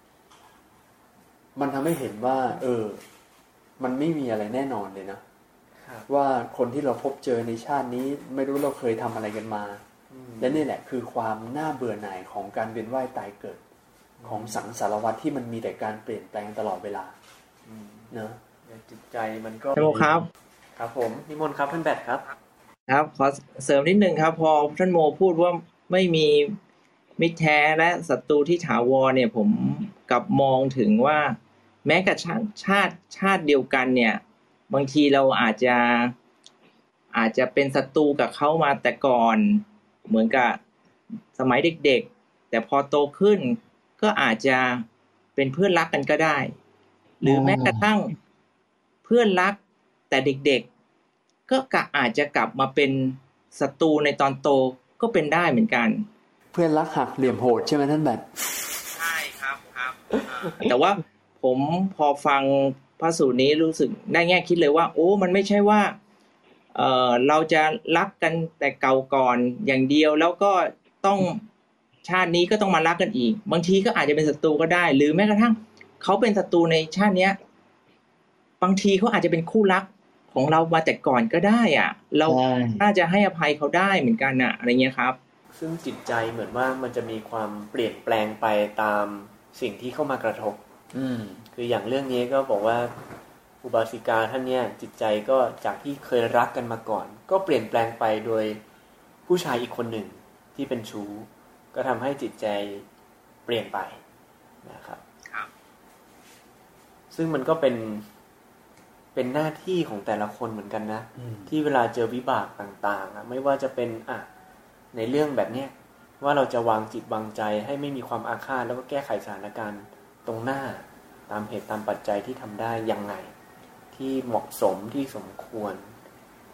มันทำให้เห็นว่าเออมันไม่มีอะไรแน่นอนเลยนะว่าคนที่เราพบเจอในชาตินี้ไม่รู้เราเคยทำอะไรกันมาและนี่แหละคือความน่าเบื่อหน่ายของการเวียนว่ายตายเกิดของสังสารวัฏที่มันมีแต่การเปลี่ยนแปลงตลอดเวลาเนอะจิตใจมันก็ท่านโมครับครับผมนิมนต์ครับท่านแบดครับครับขอเสริมนิดนึงครับพอท่านโมพูดว่าไม่มีมิตรแท้และศัตรูที่ถาวรเนี่ยผมกลับมองถึงว่าแม้กับชาติชาติชาติเดียวกันเนี่ยบางทีเราอาจจะอาจจะเป็นศัตรูกับเขามาแต่ก่อนเหมือนกับสมัยเด็กๆแต่พอโตขึ้นก็อาจจะเป็นเพื่อนรักกันก็ได้หรือแม้กระทั่งเพื่อนรักแต่เด็กๆก็อาจจะกลับมาเป็นศัตรูในตอนโตก็เป็นได้เหมือนกันเพื่อนรักหักเหลี่ยมโหดใช่ไหมท่านแบบใช่ครับครับแต่ว่าผมพอฟังพระสูตรนี้รู้สึกได้แง่คิดเลยว่าโอ้มันไม่ใช่ว่าเอ่อเราจะรักกันแต่เก่าก่อนอย่างเดียวแล้วก็ต้องชาตินี้ก็ต้องมารักกันอีกบางทีก็อาจจะเป็นศัตรูก็ได้หรือแม้กระทั่งเขาเป็นศัตรูในชาติเนี้ยบางทีเขาอาจจะเป็นคู่รักของเรามาแต่ก่อนก็ได้อ่ะเราน่าจะให้อภัยเขาได้เหมือนกันน่ะอะไรเงี้ยครับซึ่งจิตใจเหมือนว่ามันจะมีความเปลี่ยนแปลงไปตามสิ่งที่เข้ามากระทบอืมคืออย่างเรื่องนี้ก็บอกว่าอุบาสิกาท่านเนี่ยจิตใจก็จากที่เคยรักกันมาก่อนก็เปลี่ยนแปลงไปโดยผู้ชายอีกคนหนึ่งที่เป็นชู้ก็ทำให้จิตใจเปลี่ยนไปนะครับครับซึ่งมันก็เป็นเป็นหน้าที่ของแต่ละคนเหมือนกันนะที่เวลาเจอวิบากต่างๆไม่ว่าจะเป็นอ่ะในเรื่องแบบเนี้ยว่าเราจะวางจิตวางใจให้ไม่มีความอาฆาตแล้วก็แก้ไขสถานการณ์ตรงหน้าตามเหตุตามปัจจัยที่ทำได้ยังไงที่เหมาะสมที่สมควร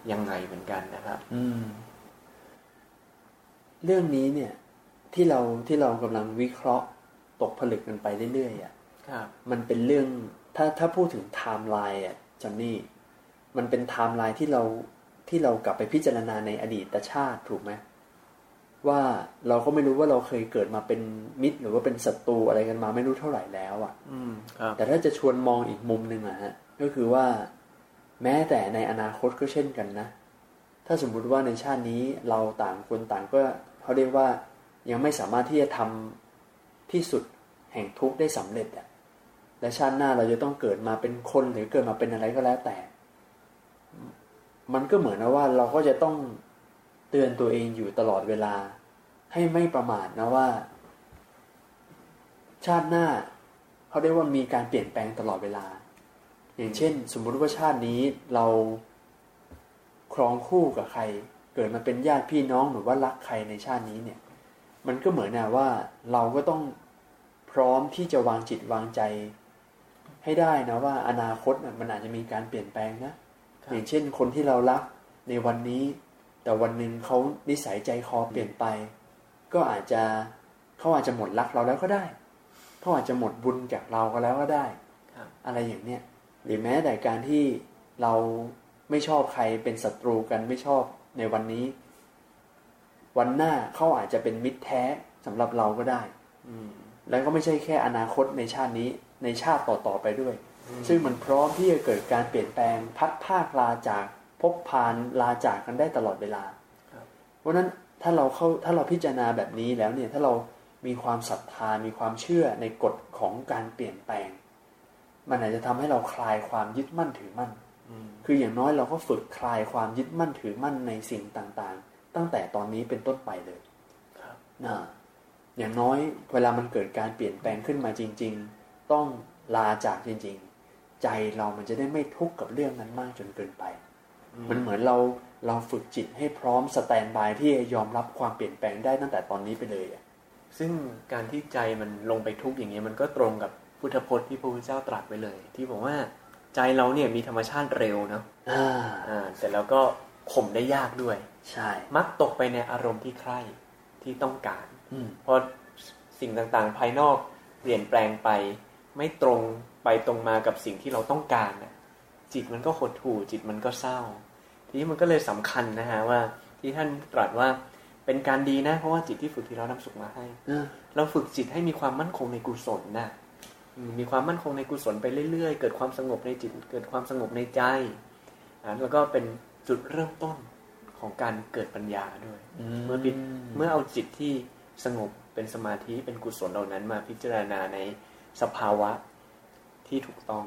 ยังไงเหมือนกันนะครับอืมเรื่องนี้เนี่ยที่เราที่เรากำลังวิเคราะห์ตกผลึกกันไปเรื่อยๆอ่ะมันเป็นเรื่องถ้าถ้าพูดถึงไทม์ไลน์อ่ะจอนนี่มันเป็นไทม์ไลน์ที่เราที่เรากลับไปพิจารณาในอดีตชาติถูกไหมว่าเราก็ไม่รู้ว่าเราเคยเกิดมาเป็นมิตรหรือว่าเป็นศัตรูอะไรกันมาไม่รู้เท่าไหร่แล้วอ่ะแต่ถ้าจะชวนมองอีกมุมนึงอ่ะฮะก็คือว่าแม้แต่ในอนาคตก็เช่นกันนะถ้าสมมุติว่าในชาตินี้เราต่างคนต่างก็เขาเรียกว่ายังไม่สามารถที่จะทำที่สุดแห่งทุกข์ได้สำเร็จอ่ะและชาติหน้าเราจะต้องเกิดมาเป็นคนหรือเกิดมาเป็นอะไรก็แล้วแต่มันก็เหมือนนะว่าเราก็จะต้องเตือนตัวเองอยู่ตลอดเวลาให้ไม่ประมาทนะว่าชาติหน้าเขาเรียกว่ามีการเปลี่ยนแปลงตลอดเวลาอย่างเช่นสมมุติว่าชาตินี้เราครองคู่กับใครเกิดมาเป็นญาติพี่น้องหรือว่ารักใครในชาตินี้เนี่ยมันก็เหมือนนะว่าเราก็ต้องพร้อมที่จะวางจิตวางใจให้ได้นะว่าอนาคตมันอาจจะมีการเปลี่ยนแปลงนะอย่างเช่นคนที่เรารักในวันนี้แต่วันหนึ่งเขานิสัยใจคอเปลี่ยนไปก็อาจจะเขาอาจจะหมดรักเราแล้วก็ได้เขาอาจจะหมดบุญจากเราก็แล้วก็ได้อะไรอย่างเนี้ยหรือแม้แต่การที่เราไม่ชอบใครเป็นศัตรูกันไม่ชอบในวันนี้วันหน้าเขาอาจจะเป็นมิตรแท้สำหรับเราก็ได้แล้วก็ไม่ใช่แค่อนาคตในชาตินี้ในชาติต่อๆไปด้วยซึ่งมันพร้อมที่จะเกิดการเปลี่ยนแปลงพัดภาคลาจากพบพานลาจากกันได้ตลอดเวลาเพราะนั้นถ้าเราเข้าถ้าเราพิจารณาแบบนี้แล้วเนี่ยถ้าเรามีความศรัทธามีความเชื่อในกฎของการเปลี่ยนแปลงมันอาจจะทำให้เราคลายความยึดมั่นถือมั่นคืออย่างน้อยเราก็ฝึกคลายความยึดมั่นถือมั่นในสิ่งต่างๆตั้งแต่ตอนนี้เป็นต้นไปเลยนะอย่างน้อยเวลามันเกิดการเปลี่ยนแปลงขึ้นมาจริงๆต้องลาจากจริงๆใจเรามันจะได้ไม่ทุกข์กับเรื่องนั้นมากจนเกินไปมันเหมือนเราเราฝึกจิตให้พร้อมสแตนด์บายที่จะยอมรับความเปลี่ยนแปลงได้ตั้งแต่ตอนนี้ไปเลยอ่ะซึ่งการที่ใจมันลงไปทุกข์อย่างเงี้ยมันก็ตรงกับพุทธพจน์ที่พระพุทธเจ้าตรัสไว้เลยที่บอกว่าใจเราเนี่ยมีธรรมชาติเร็วเนาะอ่าอ่าแต่แล้วก็ข่มได้ยากด้วยใช่มักตกไปในอารมณ์ที่ใคร่ที่ต้องการพอสิ่งต่างๆภายนอกเปลี่ยนแปลงไปไม่ตรงไปตรงมากับสิ่งที่เราต้องการน่ะจิตมันก็หดหู่จิตมันก็เศร้าทีนี้มันก็เลยสำคัญนะฮะว่าที่ท่านตรัสว่าเป็นการดีนะเพราะว่าจิตที่ฝึกที่เรานำสุขมาให้เราฝึกจิตให้มีความมั่นคงในกุศลนะมีความมั่นคงในกุศลไปเรื่อยๆเกิดความสงบในจิตเกิดความสงบในใจแล้วก็เป็นจุดเริ่มต้นของการเกิดปัญญาด้วยเมื่อเมื่อเอาจิตที่สงบเป็นสมาธิเป็นกุศลเหล่านั้นมาพิจารณาในสภาวะที่ถูกต้อง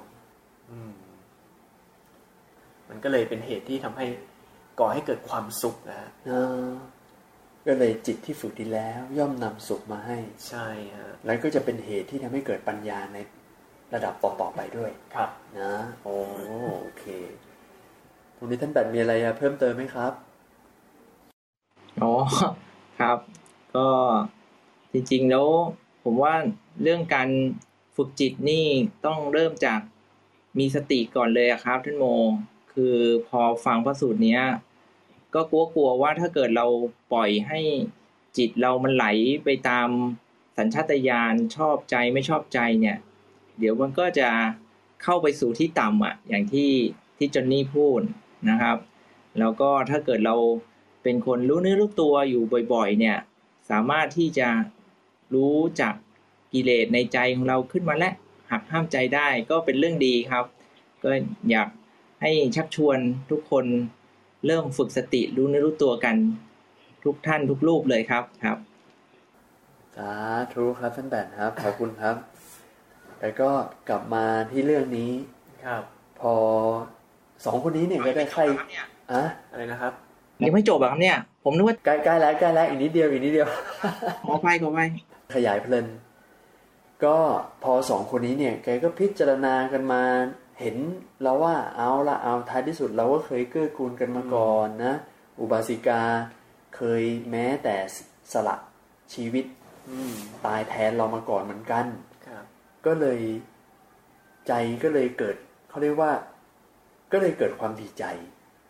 มันก็เลยเป็นเหตุที่ทำให้ก่อให้เกิดความสุขนะก็เลยจิตที่ฝึกดีแล้วย่อมนำสุขมาให้ใช่ฮะแล้วก็จะเป็นเหตุที่ทำให้เกิดปัญญาในระดับต่อๆไปด้วยครับนะโอโอเคตรงนี้ท่านแบบมีอะไรเพิ่มเติมไหมครับอ๋อครับก็จริงๆแล้วผมว่าเรื่องการฝึกจิตนี่ต้องเริ่มจากมีสติก่อนเลยครับท่านโมคือพอฟังพระสูตรเนี้ยก็กลัวๆว่าถ้าเกิดเราปล่อยให้จิตเรามันไหลไปตามสัญชาตญาณชอบใจไม่ชอบใจเนี่ยเดี๋ยวมันก็จะเข้าไปสู่ที่ต่ำอ่ะอย่างที่ที่จอนนี่พูดนะครับแล้วก็ถ้าเกิดเราเป็นคนรู้เนื้อรู้ตัวอยู่บ่อยๆเนี่ยสามารถที่จะรู้จักกิเลสในใจของเราขึ้นมาและหักห้ามใจได้ก็เป็นเรื่องดีครับก็อยากให้ชักชวนทุกคนเริ่มฝึกสติรู้เนื้อรู้ตัวกันทุกท่านทุกรูปเลยครับครับสาธุครับท่านแบนครับขอบคุณครับแล้วก็กลับมาที่เรื่องนี้ครับพอสองคนนี้เนี่ยก็ได้ใครอะอะไรนะครับยังไม่จบครับเนี่ยผมนึกว่าใกล้ๆแล้วใกล้แล้วอีกนิดเดียวอีกนิดเดียวขอไปขอไปขยายเพลินก็พอสองคนนี้เนี่ยแกก็พิจารณากันมาเห็นแล้วว่าเอาละเอาท้ายที่สุดเราก็เคยเกื้อกูลกันมาก่อนนะอุบาสิกาเคยแม้แต่สละชีวิตตายแทนเรามาก่อนเหมือนกันก็เลยใจก็เลยเกิดเขาเรียกว่าก็เลยเกิดความดีใจ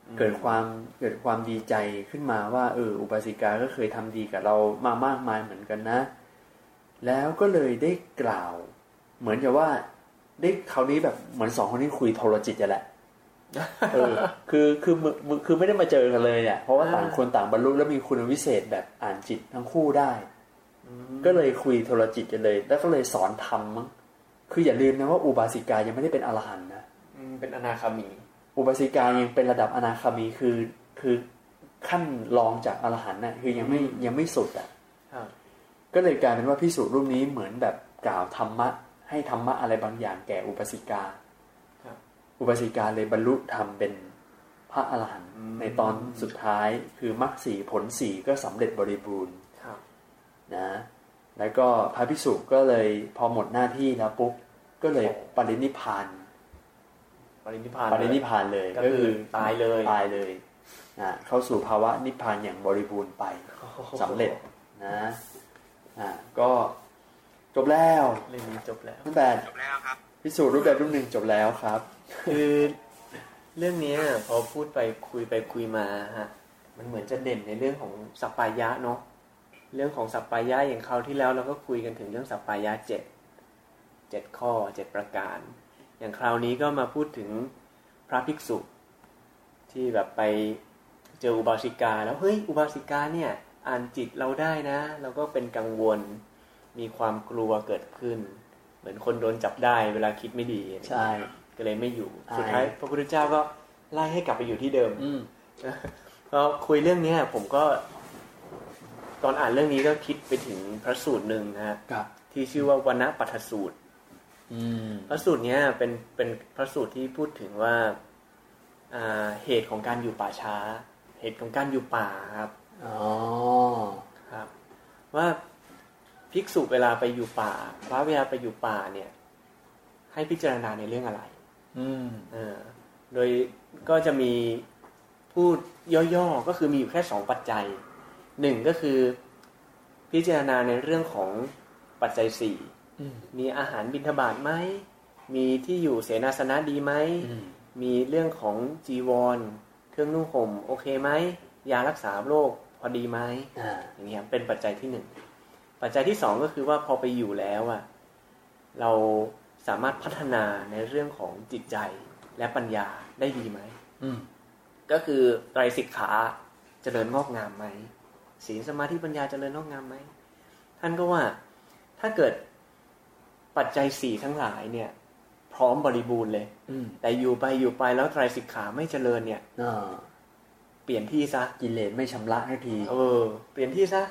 เกิดความเกิดความดีใจขึ้นมาว่าเอออุบาสิกาก็เคยทำดีกับเรามามากมายเหมือนกันนะแล้วก็เลยได้กล่าวเหมือนกับว่าได้คราวนี้แบบเหมือนสองคนนี้คุยโทรจิตกันแหละเออคือคือคือไม่ได้มาเจอกันเลยอ่ะเพราะว่าต่างคนต่างบรรลุแล้วมีคุณวิเศษแบบอ่านจิตทั้งคู่ได้ก็เลยคุยโทรจิตกันเลยแล้วก็เลยสอนธรรมมั้งคืออย่าลืมนะว่าอุบาสิกายังไม่ได้เป็นอรหันต์นะเป็นอนาคามีอุบาสิกายังเป็นระดับอนาคามีคือคือขั้นรองจากอรหันต์น่ะคือยังไม่ยังไม่สุดอ่ะก็เลยกลายเป็นว่าภิกษุรูปนี้เหมือนแบบกล่าวธรรมะให้ธรรมะอะไรบางอย่างแก่อุบาสิกาอุบาสิกาเลยบรรลุธรรมเป็นพระอรหันต์ในตอนสุดท้ายคือมรรคสี่ผลสี่ก็สำเร็จบริบูรณ์นะแล้วก็พระภิกษุก็เลยพอหมดหน้าที่แล้วปุ๊บก็เลยปรินิพพานปรินิพพานปรินิพพานเลยก็คือตายเลยตายเลยนะเข้าสู่ภาวะนิพพานอย่างบริบูรณ์ไปสำเร็จนะอ่าก็จบแล้วเรื่องนี้จบแล้วรูปแบบจบแล้วครับพิสูจน์รูปแบบรูปหนึ่งจบแล้วครับคือเรื่องนี้พอพูดไปคุยไปคุยมาฮะมันเหมือนจะเด่นในเรื่องของสัปปายะเนาะเรื่องของสัปปายะอย่างคราวที่แล้วเราก็คุยกันถึงเรื่องสัปปายะเจ็ดเจ็ดข้อเจ็ดประการอย่างคราวนี้ก็มาพูดถึงพระภิกษุที่แบบไปเจออุบาสิกาแล้วเฮ้ยอุบาสิกาเนี่ยอ่านจิตเราได้นะเราก็เป็นกังวลมีความกลัวเกิดขึ้นเหมือนคนโดนจับได้เวลาคิดไม่ดีใช่ก็เลยไม่อยู่สุดท้ายพระพุทธเจ้าก็ไล่ให้กลับไปอยู่ที่เดิมก็คุยเรื่องนี้ผมก็ตอนอ่านเรื่องนี้ก็คิดไปถึงพระสูตรหนึ่งนะฮะที่ชื่อว่าวณปัฏฐสูตรพระสูตรนี้เป็นเป็นพระสูตรที่พูดถึงว่าเหตุของการอยู่ป่าช้าเหตุของการอยู่ป่าครับอ๋อครับว่าภิกษุเวลาไปอยู่ป่าพระเวลาไปอยู่ป่าเนี่ยให้พิจารณาในเรื่องอะไรอืมเออโดยก็จะมีพูดย่อๆก็คือมีอยู่แค่สองปัจจัยหนึ่งก็คือพิจารณาในเรื่องของปัจจัยสี่มีอาหารบิณฑบาตไหมมีที่อยู่เสนาสนะดีไหมมีเรื่องของจีวรเครื่องนุ่งห่มโอเคไหมยารักษาโรคพอดีไหม อ, อย่างนี้เป็นปัจจัยที่หนึ่งปัจจัยที่สองก็คือว่าพอไปอยู่แล้วอ่ะเราสามารถพัฒนาในเรื่องของจิตใจและปัญญาได้ดีไหมก็คือไตรสิกขาเจริญงอกงามไหมศีลสมาธิปัญญาเจริญงอกงามไหมท่านก็ว่าถ้าเกิดปัจจัยสี่ทั้งหลายเนี่ยพร้อมบริบูรณ์เลยแต่อยู่ไปอยู่ไปแล้วไตรสิกขาไม่เจริญเนี่ยเปลี่ยนที่ซะกิเลสไม่ชำระให้ทีเออเปลี่ยนที่ซะ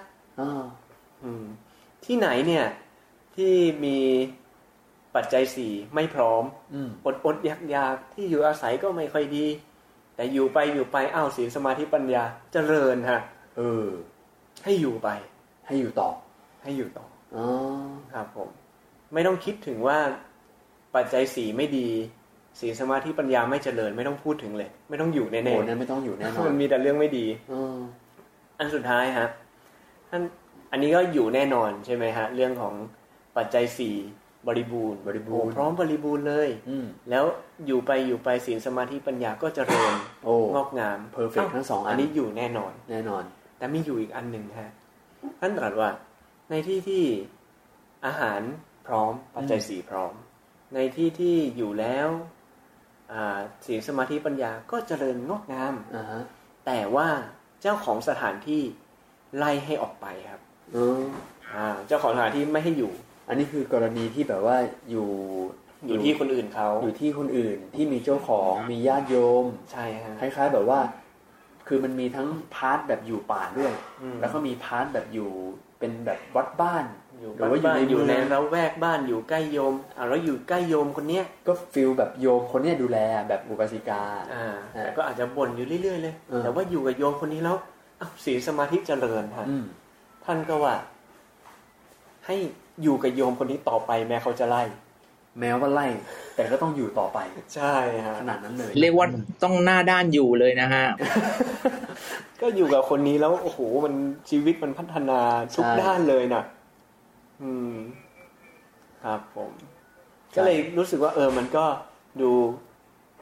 ที่ไหนเนี่ยที่มีปัจจัยสี่ไม่พร้อมอดอดอยากอยากที่อยู่อาศัยก็ไม่ค่อยดีแต่อยู่ไปอยู่ไปอ้าวศีลสมาธิปัญญาเจริญฮะเออให้อยู่ไปให้อยู่ต่อให้อยู่ต่ออ๋อครับผมไม่ต้องคิดถึงว่าปัจจัยสี่ไม่ดีศีลสมาธิปัญญาไม่เจริญไม่ต้องพูดถึงเลยไม่ต้องอยู่แน่ๆโอ้นั่นไม่ต้องอยู่แน่นอนมันมีแต่เรื่องไม่ดีอืออันสุดท้ายฮะท่านอันนี้ก็อยู่แน่นอนใช่ไหมฮะเรื่องของปัจจัยสี่บริบูรณ์บริบูรณ์พร้อมบริบูรณ์เลยแล้วอยู่ไปอยู่ไปศีลสมาธิปัญญาก็เจริญงอกงามเพอร์เฟคทั้งสองอันอันนี้อยู่แน่นอนแน่นอนแต่มีอยู่อีกอันหนึ่งฮะท่านตรัสว่าในที่ที่อาหารพร้อมปัจจัยสี่พร้อมในที่ที่อยู่แล้วศีลสมาธิปัญญาก็เจริญงอกงามแต่ว่าเจ้าของสถานที่ไล่ให้ออกไปครับเจ้าของสถานที่ไม่ให้อยู่อันนี้คือกรณีที่แบบว่าอยู่อยู่ที่คนอื่นเขาอยู่ที่คนอื่นที่มีเจ้าของมีญาติโยมใช่ฮะคล้ายๆแบบว่าคือมันมีทั้งพาร์ทแบบอยู่ป่าด้วยแล้วก็มีพาร์ทแบบอยู่เป็นแบบวัดบ้านหรือว่าอยู่ในอยู่ในละแวกบ้านอยู่ใกล้โยมอ่าแล้วอยู่ใกล้โยมคนเนี้ยก็ฟีลแบบโยมคนเนี้ยดูแลแบบอุบาสิกาอ่าแต่ก็อาจจะบ่นอยู่เรื่อยๆเลยแต่ว่าอยู่กับโยมคนนี้แล้วศีลสมาธิเจริญฮะท่านก็ว่าให้อยู่กับโยมคนนี้ต่อไปแม้เขาจะไล่แม้ว่าไล่แต่ก็ต้องอยู่ต่อไปใช่ฮะขนาดนั้นเลยเรียกว่าต้องหน้าด้านอยู่เลยนะฮะก็อยู่กับคนนี้แล้วโอ้โหมันชีวิตมันพัฒนาทุกด้านเลยนะอืมครับผมก็เลยรู้สึกว่าเออมันก็ดู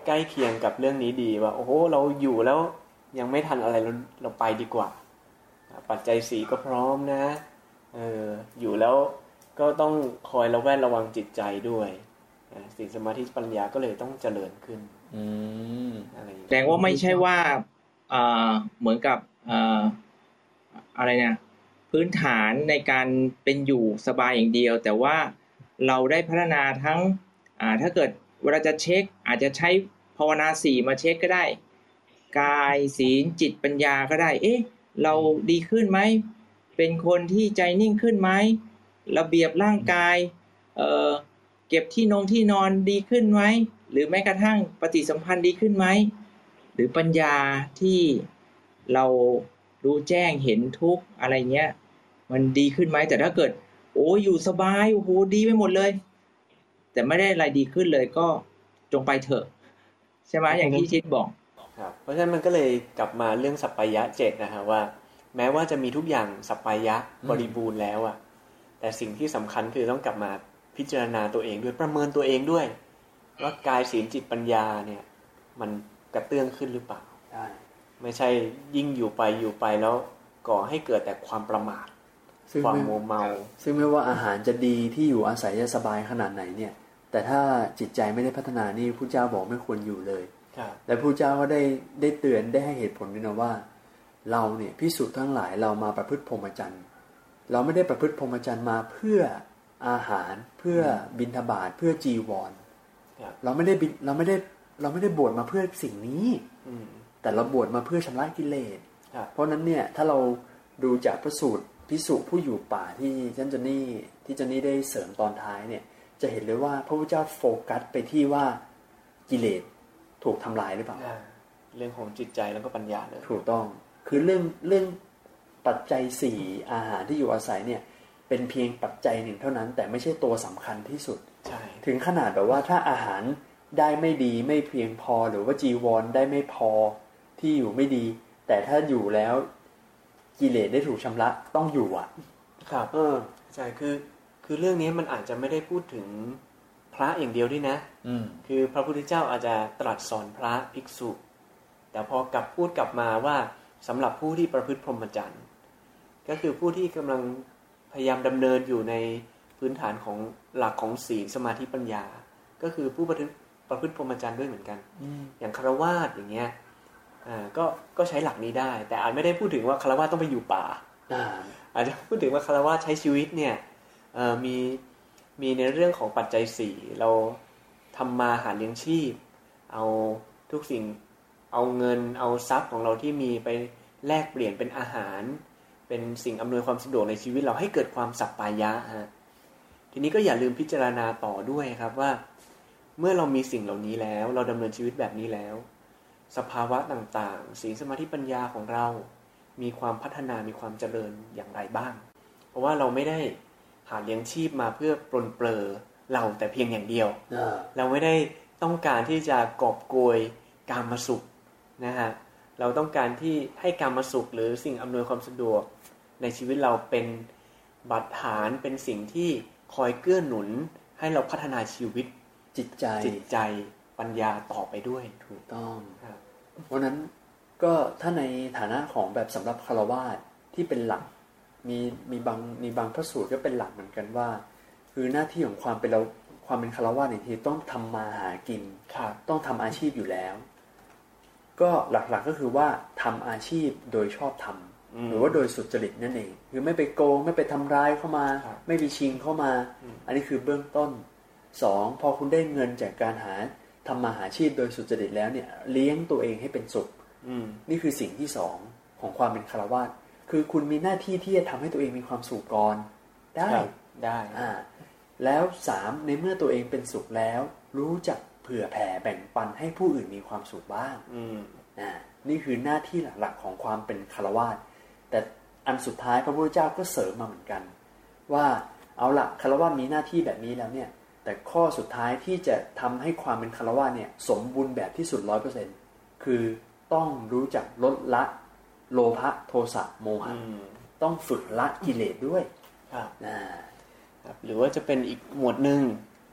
ใกล้เคียงกับเรื่องนี้ดีว่าโอ้โหเราอยู่แล้วยังไม่ทันอะไรเราเราไปดีกว่าปัจจัยสี่ก็พร้อมนะเอออยู่แล้วก็ต้องคอยระแวดระวังจิตใจด้วยศีลสมาธิปัญญาก็เลยต้องเจริญขึ้นอืมอะไรแสดงว่าไม่ใช่ว่าเอ่อเหมือนกับเอ่ออะไรเนี่ยพื้นฐานในการเป็นอยู่สบายอย่างเดียวแต่ว่าเราได้พัฒนาทั้งอ่าถ้าเกิดเวลาจะเช็คอาจจะใช้ภาวนาสี่มาเช็คก็ได้กายศีลจิตปัญญาก็ได้เอ๊ะเราดีขึ้นไหมเป็นคนที่ใจนิ่งขึ้นไหมระเบียบร่างกายเอ่อเก็บที่นงที่นอนดีขึ้นไหมหรือแม้กระทั่งปฏิสัมพันธ์ดีขึ้นไหมหรือปัญญาที่เรารู้แจ้งเห็นทุกข์อะไรเงี้ยมันดีขึ้นไหมแต่ถ้าเกิดโอ้อยู่สบายโอ้โหดีไปหมดเลยแต่ไม่ได้อะไรดีขึ้นเลยก็จงไปเถอะใช่ไหมอย่างที่ชิดบอกครับเพราะฉะนั้นมันก็เลยกลับมาเรื่องสัปปายะเจ็ดนะฮะว่าแม้ว่าจะมีทุกอย่างสัปปายะบริบูรณ์แล้วอะแต่สิ่งที่สำคัญคือต้องกลับมาพิจารณาตัวเองด้วยประเมินตัวเองด้วยว่ากายศีลจิตปัญญาเนี่ยมันกระเตื้องขึ้นหรือเปล่าใช่ไม่ใช่ยิ่งอยู่ไปอยู่ไปแล้วก่อให้เกิดแต่ความประมาทความมัวเมาซึ่งไม่ว่าอาหารจะดีที่อยู่อาศัยจะสบายขนาดไหนเนี่ยแต่ถ้าจิตใจไม่ได้พัฒนานี่พระเจ้าบอกไม่ควรอยู่เลยและพระเจ้าก็ได้ได้เตือนได้ให้เหตุผลด้วยนะว่าเราเนี่ยภิกษุทั้งหลายเรามาประพฤติพรหมจรรย์เราไม่ได้ประพฤติพรหมจรรย์มาเพื่ออาหารเพื่อบิณฑบาตเพื่อจีวรเราไม่ได้เราไม่ได้เราไม่ได้บวชมาเพื่อสิ่งนี้แต่เราบวชมาเพื่อชำระกิเลสเพราะนั้นเนี่ยถ้าเราดูจากพระสูตรภิกษุผู้อยู่ป่าที่ท่านเจนี่ที่เจนี่ได้เสริมตอนท้ายเนี่ยจะเห็นเลยว่าพระพุทธเจ้าโฟกัสไปที่ว่ากิเลสถูกทำลายหรือเปล่าเรื่องของจิตใจแล้วก็ปัญญาเลยถูกต้องคือเรื่องเรื่องปัจจัยสี่อาหารที่อยู่อาศัยเนี่ยเป็นเพียงปัจจัยหนึ่งเท่านั้นแต่ไม่ใช่ตัวสำคัญที่สุดใช่ถึงขนาดแบบว่าถ้าอาหารได้ไม่ดีไม่เพียงพอหรือว่าจีวรได้ไม่พอที่อยู่ไม่ดีแต่ถ้าอยู่แล้วกิเลสได้ถูกชำระต้องอยู่อ่ะครับเออใช่คือคือเรื่องนี้มันอาจจะไม่ได้พูดถึงพระอย่างเดียวด้วยนะอืมคือพระพุทธเจ้าอาจจะตรัสสอนพระภิกษุแต่พอกลับพูดกลับมาว่าสำหรับผู้ที่ประพฤติพรหมจรรย์ก็คือผู้ที่กำลังพยายามดำเนินอยู่ในพื้นฐานของหลักของศีลสมาธิปัญญาก็คือผู้ประพฤติประพฤติพรหมจรรย์ด้วยเหมือนกันอย่างฆราวาสอย่างเงี้ยอ่าก็ก็ใช้หลักนี้ได้แต่อาจไม่ได้พูดถึงว่าฆราวาสต้องไปอยู่ป่าอาอาจจะพูดถึงว่าฆราวาสใช้ชีวิตเนี่ยเอ่อมีมีในเรื่องของปัจจัยสี่เราทำมาหาเลี้ยงชีพเอาทุกสิ่งเอาเงินเอาทรัพย์ของเราที่มีไปแลกเปลี่ยนเป็นอาหารเป็นสิ่งอำนวยความสะดวกในชีวิตเราให้เกิดความสัปปายะฮะทีนี้ก็อย่าลืมพิจารณาต่อด้วยครับว่าเมื่อเรามีสิ่งเหล่านี้แล้วเราดำเนินชีวิตแบบนี้แล้วสภาวะต่างๆศีลสมาธิปัญญาของเรามีความพัฒนามีความเจริญอย่างไรบ้างเพราะว่าเราไม่ได้หาเลี้ยงชีพมาเพื่อปรนเปรอเราแต่เพียงอย่างเดียวเราไม่ได้ต้องการที่จะกอบโกยกามสุขนะฮะเราต้องการที่ให้กามสุขหรือสิ่งอำนวยความสะดวกในชีวิตเราเป็นบาดฐานเป็นสิ่งที่คอยเกื้อหนุนให้เราพัฒนาชีวิตจิตใจจิตใจปัญญาต่อไปด้วยถูกต้องครับเพราะนั้นก็ถ้าในฐานะของแบบสำหรับฆราวาสที่เป็นหลักมีมีบางมีบางพระสูตรก็เป็นหลักเหมือนกันว่าคือหน้าที่ของความเป็นเราความเป็นฆราวาสเนี่ยที่ต้องทำมาหากินต้องทำอาชีพอยู่แล้วก็หลักๆก็คือว่าทำอาชีพโดยชอบทำหรือว่าโดยสุจริตนั่นเองคือไม่ไปโกงไม่ไปทำร้ายเข้ามาไม่ไปชิงเข้ามาอันนี้คือเบื้องต้นสองพอคุณได้เงินจากการหาทำมาหาอาชีพโดยสุจริตแล้วเนี่ยเลี้ยงตัวเองให้เป็นสุขนี่คือสิ่งที่สองของความเป็นฆราวาสคือคุณมีหน้าที่ที่จะทำให้ตัวเองมีความสุขก่อนได้ได้อ่าแล้วสามในเมื่อตัวเองเป็นสุขแล้วรู้จักเผื่อแผ่แบ่งปันให้ผู้อื่นมีความสุขบ้างนะนี่คือหน้าที่หลักๆของความเป็นฆราวาสแต่อันสุดท้ายพระพุทธเจ้าก็เสริมมาเหมือนกันว่าเอาล่ะฆราวาสมีหน้าที่แบบนี้แล้วเนี่ยแต่ข้อสุดท้ายที่จะทำให้ความเป็นฆราวาสเนี่ยสมบูรณ์แบบที่สุด ร้อยเปอร์เซ็นต์ คือต้องรู้จักลดละโลภะโทสะโมหะต้องฝึกละกิเลสด้วยครับนะหรือว่าจะเป็นอีกหมวดหนึ่งท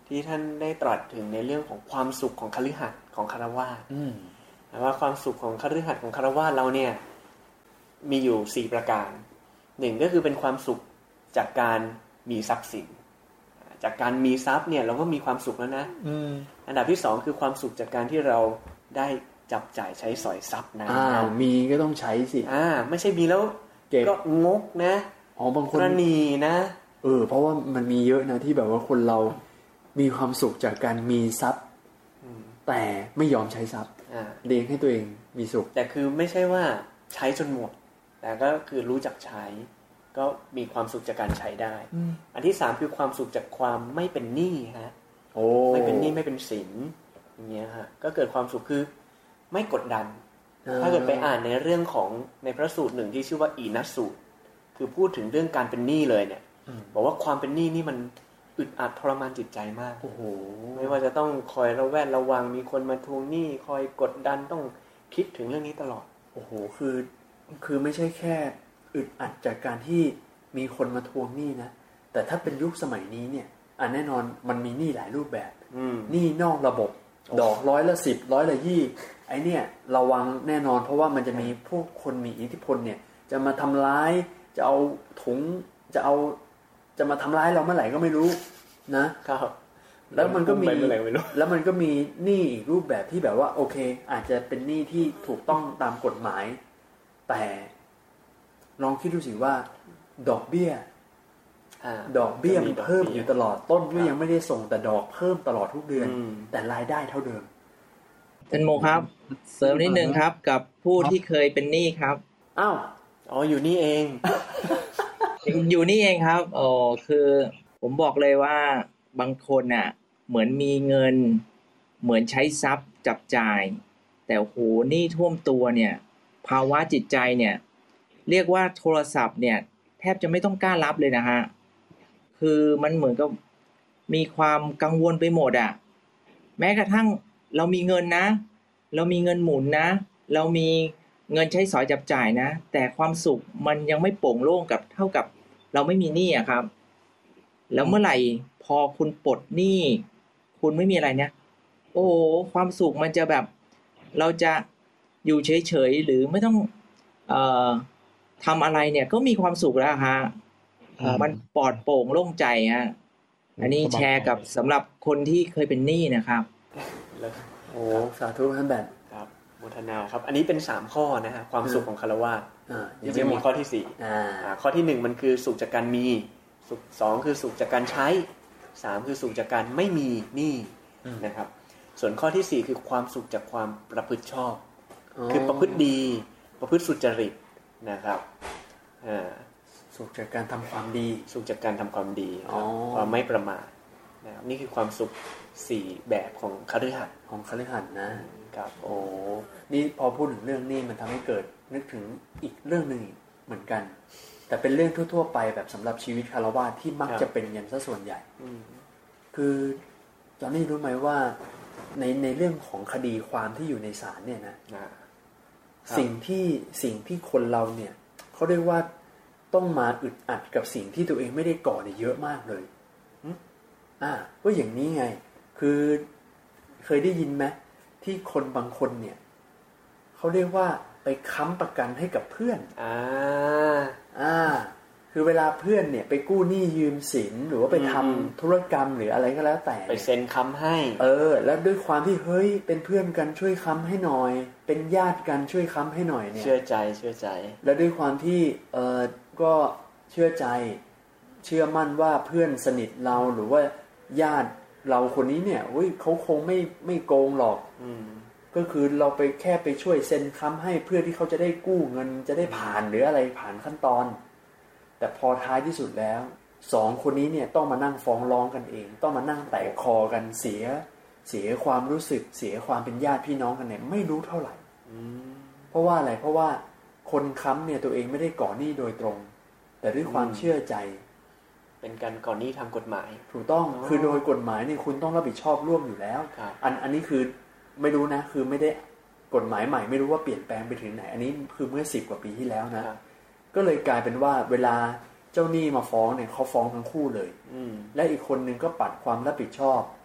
ที่ท่านได้ตรัสถึงในเรื่องของความสุขของคฤหัสถ์ของฆราวาสว่าความสุขของคฤหัสถ์ของฆราวาสเราเนี่ยมีอยู่สี่ประการหนึ่งก็คือเป็นความสุขจากการมีทรัพย์สินจากการมีทรัพย์เนี่ยเราก็มีความสุขแล้วนะอันดับที่สองคือความสุขจากการที่เราได้จับจ่ายใช้สอยทรัพย์นะอ้าวมีก็ต้องใช้สิอ่าไม่ใช่มีแล้วก็งกนะอ๋อบางคนกรณีนะเออเพราะว่ามันมีเยอะนะที่แบบว่าคนเรามีความสุขจากการมีทรัพย์แต่ไม่ยอมใช้ทรัพย์เลี้ยงให้ตัวเองมีสุขแต่คือไม่ใช่ว่าใช้จนหมดแต่ก็คือรู้จักใช้ก็มีความสุขจากการใช้ได้อันที่สามคือความสุขจากความไม่เป็นหนี้ฮะโอ้ไม่เป็นหนี้ไม่เป็นสินอย่างเงี้ยฮะก็เกิดความสุขคือไม่กดดันถ้าเกิดไปอ่านในเรื่องของในพระสูตรหนึ่งที่ชื่อว่าอีนัสสูตรคือพูดถึงเรื่องการเป็นหนี้เลยเนี่ยบอกว่าความเป็นหนี้นี่มันอึดอัดทรมานจิตใจมากโอ้โหไม่ว่าจะต้องคอยระแวดระวังมีคนมาทวงหนี้คอยกดดันต้องคิดถึงเรื่องนี้ตลอดโอ้โหคือคือไม่ใช่แค่อึดอัดจากการที่มีคนมาทวงหนี้นะแต่ถ้าเป็นยุคสมัยนี้เนี่ยอ่ะแน่นอนมันมีหนี้หลายรูปแบบหนี้นอกระบบดอกร้อยละสิบร้อยละยี่ไอเนี่ยระวังแน่นอนเพราะว่ามันจะมีพวกคนมีอิทธิพลเนี่ยจะมาทำร้ายจะเอาถุงจะเอาจะมาทำร้ายเราเมื่อไหร่ก็ไม่รู้นะครับแล้วมันก็มีแล้วมันก็มีหนี้อีกรูปแบบที่แบบว่าโอเคอาจจะเป็นหนี้ที่ถูกต้องตามกฎหมายแต่ลองคิดดูสิว่าดอกเบี้ยดอกเบี้ยมันเพิ่มอยู่ตลอดต้นก็ยังไม่ได้ส่งแต่ดอกเพิ่มตลอดทุกเดือนแต่รายได้เท่าเดิมท่านโมครับเสริมนิดนึงครับกับผู้ที่เคยเป็นหนี้ครับอ้าวอ๋ออยู่นี่เองอยู่นี่เองครับอ๋อคือผมบอกเลยว่าบางคนน่ะเหมือนมีเงินเหมือนใช้ทรัพย์จับจ่ายแต่โหหนี้ท่วมตัวเนี่ยภาวะจิตใจเนี่ยเรียกว่าโทรศัพท์เนี่ยแทบจะไม่ต้องกล้ารับเลยนะฮะคือมันเหมือนกับมีความกังวลไปหมดอ่ะแม้กระทั่งเรามีเงินนะเรามีเงินหมุนนะเรามีเงินใช้สอยจับจ่ายนะแต่ความสุขมันยังไม่โปร่งโล่งกับเท่ากับเราไม่มีหนี้อ่ะครับแล้วเมื่อไหร่พอคุณปลดหนี้คุณไม่มีอะไรเนี่ยโอ้ความสุขมันจะแบบเราจะอยู่เฉยๆหรือไม่ต้องเอ่อทำอะไรเนี่ยก็มีความสุขแล้วฮะมันปลอดโปร่งโล่งใจฮะอันนี้แชร์กับสำหรับคนที่เคยเป็นหนี้นะครับโอ้สาธุท่านแบบครับโมทนาครับอันนี้เป็นสามข้อนะฮะความสุขของฆราวาสยังจะมีข้อที่สี่ข้อที่หนึ่งมันคือสุขจากการมีสุขสองคือสุขจากการใช้สามคือสุขจากการไม่มีหนี้นะครับส่วนข้อที่สี่คือความสุขจากความประพฤติชอบคือประพฤติดีประพฤติสุจริตนะครับสุขจากการทำความดีสุขจากการทำความดีความไม่ประมาทนะครับนี่คือความสุขสี่แบบของคฤหัสถ์ของคฤหัสถ์นะครับโอ้นี่พอพูดถึงเรื่องนี้มันทำให้เกิดนึกถึงอีกเรื่องนึงเหมือนกันแต่เป็นเรื่องทั่วๆไปแบบสำหรับชีวิตคฤหัสถ์ที่มักจะเป็นอย่างซะส่วนใหญ่คือจอนนี่รู้ไหมว่าในในเรื่องของคดีความที่อยู่ในศาลเนี่ยนะสิ่งที่สิ่งที่คนเราเนี่ยเขาเรียกว่าต้องมาอึดอัดกับสิ่งที่ตัวเองไม่ได้ก่อเนี่ยเยอะมากเลยอ่าก็อย่างนี้ไงคือเคยได้ยินไหมที่คนบางคนเนี่ยเขาเรียกว่าไปค้ำประกันให้กับเพื่อนอ่าอ่าคือเวลาเพื่อนเนี่ยไปกู้หนี้ยืมสินหรือว่าไปทำธุรกรรมหรืออะไรก็แล้วแต่ไปเซ็นค้ำให้เออแล้วด้วยความที่เฮ้ยเป็นเพื่อนกันช่วยค้ำให้หน่อยเป็นญาติกันช่วยค้ำให้หน่อยเนี่ยเชื่อใจเชื่อใจแล้วด้วยความที่เออก็เชื่อใจเชื่อมั่นว่าเพื่อนสนิทเราหรือว่าญาติเราคนนี้เนี่ยเฮ้ยเขาคงไม่ไม่โกงหรอกอืมก็คือเราไปแค่ไปช่วยเซ็นค้ำให้เพื่อที่เขาจะได้กู้เงินจะได้ผ่านหรืออะไรผ่านขั้นตอนแต่พอท้ายที่สุดแล้วสองคนนี้เนี่ยต้องมานั่งฟ้องร้องกันเองต้องมานั่งแตกคอกันเสียเสียความรู้สึกเสียความเป็นญาติพี่น้องกันเนี่ยไม่รู้เท่าไหร่เพราะว่าอะไรเพราะว่าคนค้ำเนี่ยตัวเองไม่ได้ก่อหนี้โดยตรงแต่ด้วยความเชื่อใจเป็นการก่อหนี้ทางกฎหมายถูกต้องคือโดยกฎหมายนี่คุณต้องรับผิดชอบร่วมอยู่แล้วอันอันนี้คือไม่รู้นะคือไม่ได้กฎหมายใหม่ไม่รู้ว่าเปลี่ยนแปลงไปถึงไหนอันนี้คือเมื่อสิบกว่าปีที่แล้วนะก็เลยกลายเป็นว่าเวลาเจ้าหนี้มาฟ้องเนี่ยเขาฟ้องทั้งคู่เลยและอีกคนนึงก็ปัดความรับผิดชอบ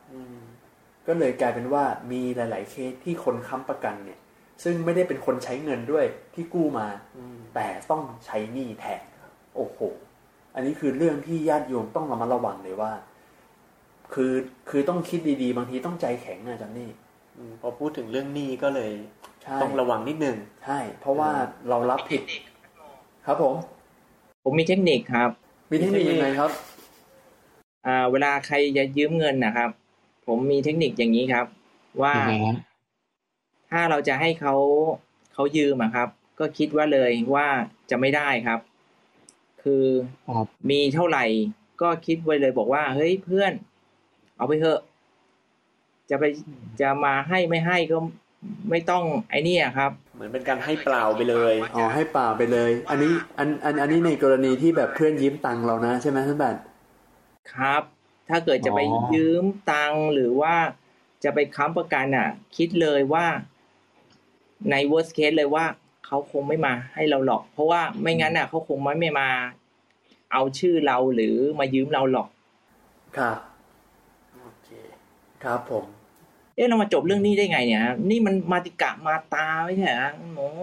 ก็เลยกลายเป็นว่ามีหลายๆเคสที่คนค้ำประกันเนี่ยซึ่งไม่ได้เป็นคนใช้เงินด้วยที่กู้มาแต่ต้องใช้หนี้แทนโอ้โหอันนี้คือเรื่องที่ญาติโยมต้องระมัดระวังเลยว่าคือคือต้องคิดดีๆบางทีต้องใจแข็งนะจำนี่พอพูดถึงเรื่องหนี้ก็เลยต้องระวังนิดนึงใช่เพราะว่าเรารับผิดครับผมผมมีเทคนิคครับมีเทคนิคยังไงครับอ่าเวลาใครจะยืมเงินนะครับผมมีเทคนิคอย่างนี้ครับว่าถ้าเราจะให้เขาเขายืมอะครับก็คิดว่าเลยว่าจะไม่ได้ครับคือมีเท่าไหร่ก็คิดไว้เลยบอกว่าเฮ้ยเพื่อนเอาไปเถอะจะไปจะมาให้ไม่ให้ก็ไม่ต้องไอ้นี่ครับเหมือนเป็นการให้เปล่าไปเลยอ๋อให้เปล่าไปเลยอันนี้อันอันอันนี้ในกรณีที่แบบเพื่อนยืมตังค์เรานะใช่ไหมท่านแบบครับถ้าเกิดจะไปยืมตังค์หรือว่าจะไปค้ำประกันอ่ะคิดเลยว่าใน worst case เลยว่าเขาคงไม่มาให้เราหรอกเพราะว่าไม่งั้นน่ะเขาคงไม่ไม่มาเอาชื่อเราหรือมายืมเราหรอกครับโอเคครับผมเอ๊ะเรามาจบเรื่องนี้ได้ไงเนี่ยนี่มันมาติกะมาตาไม่ใช่เหรอโอ้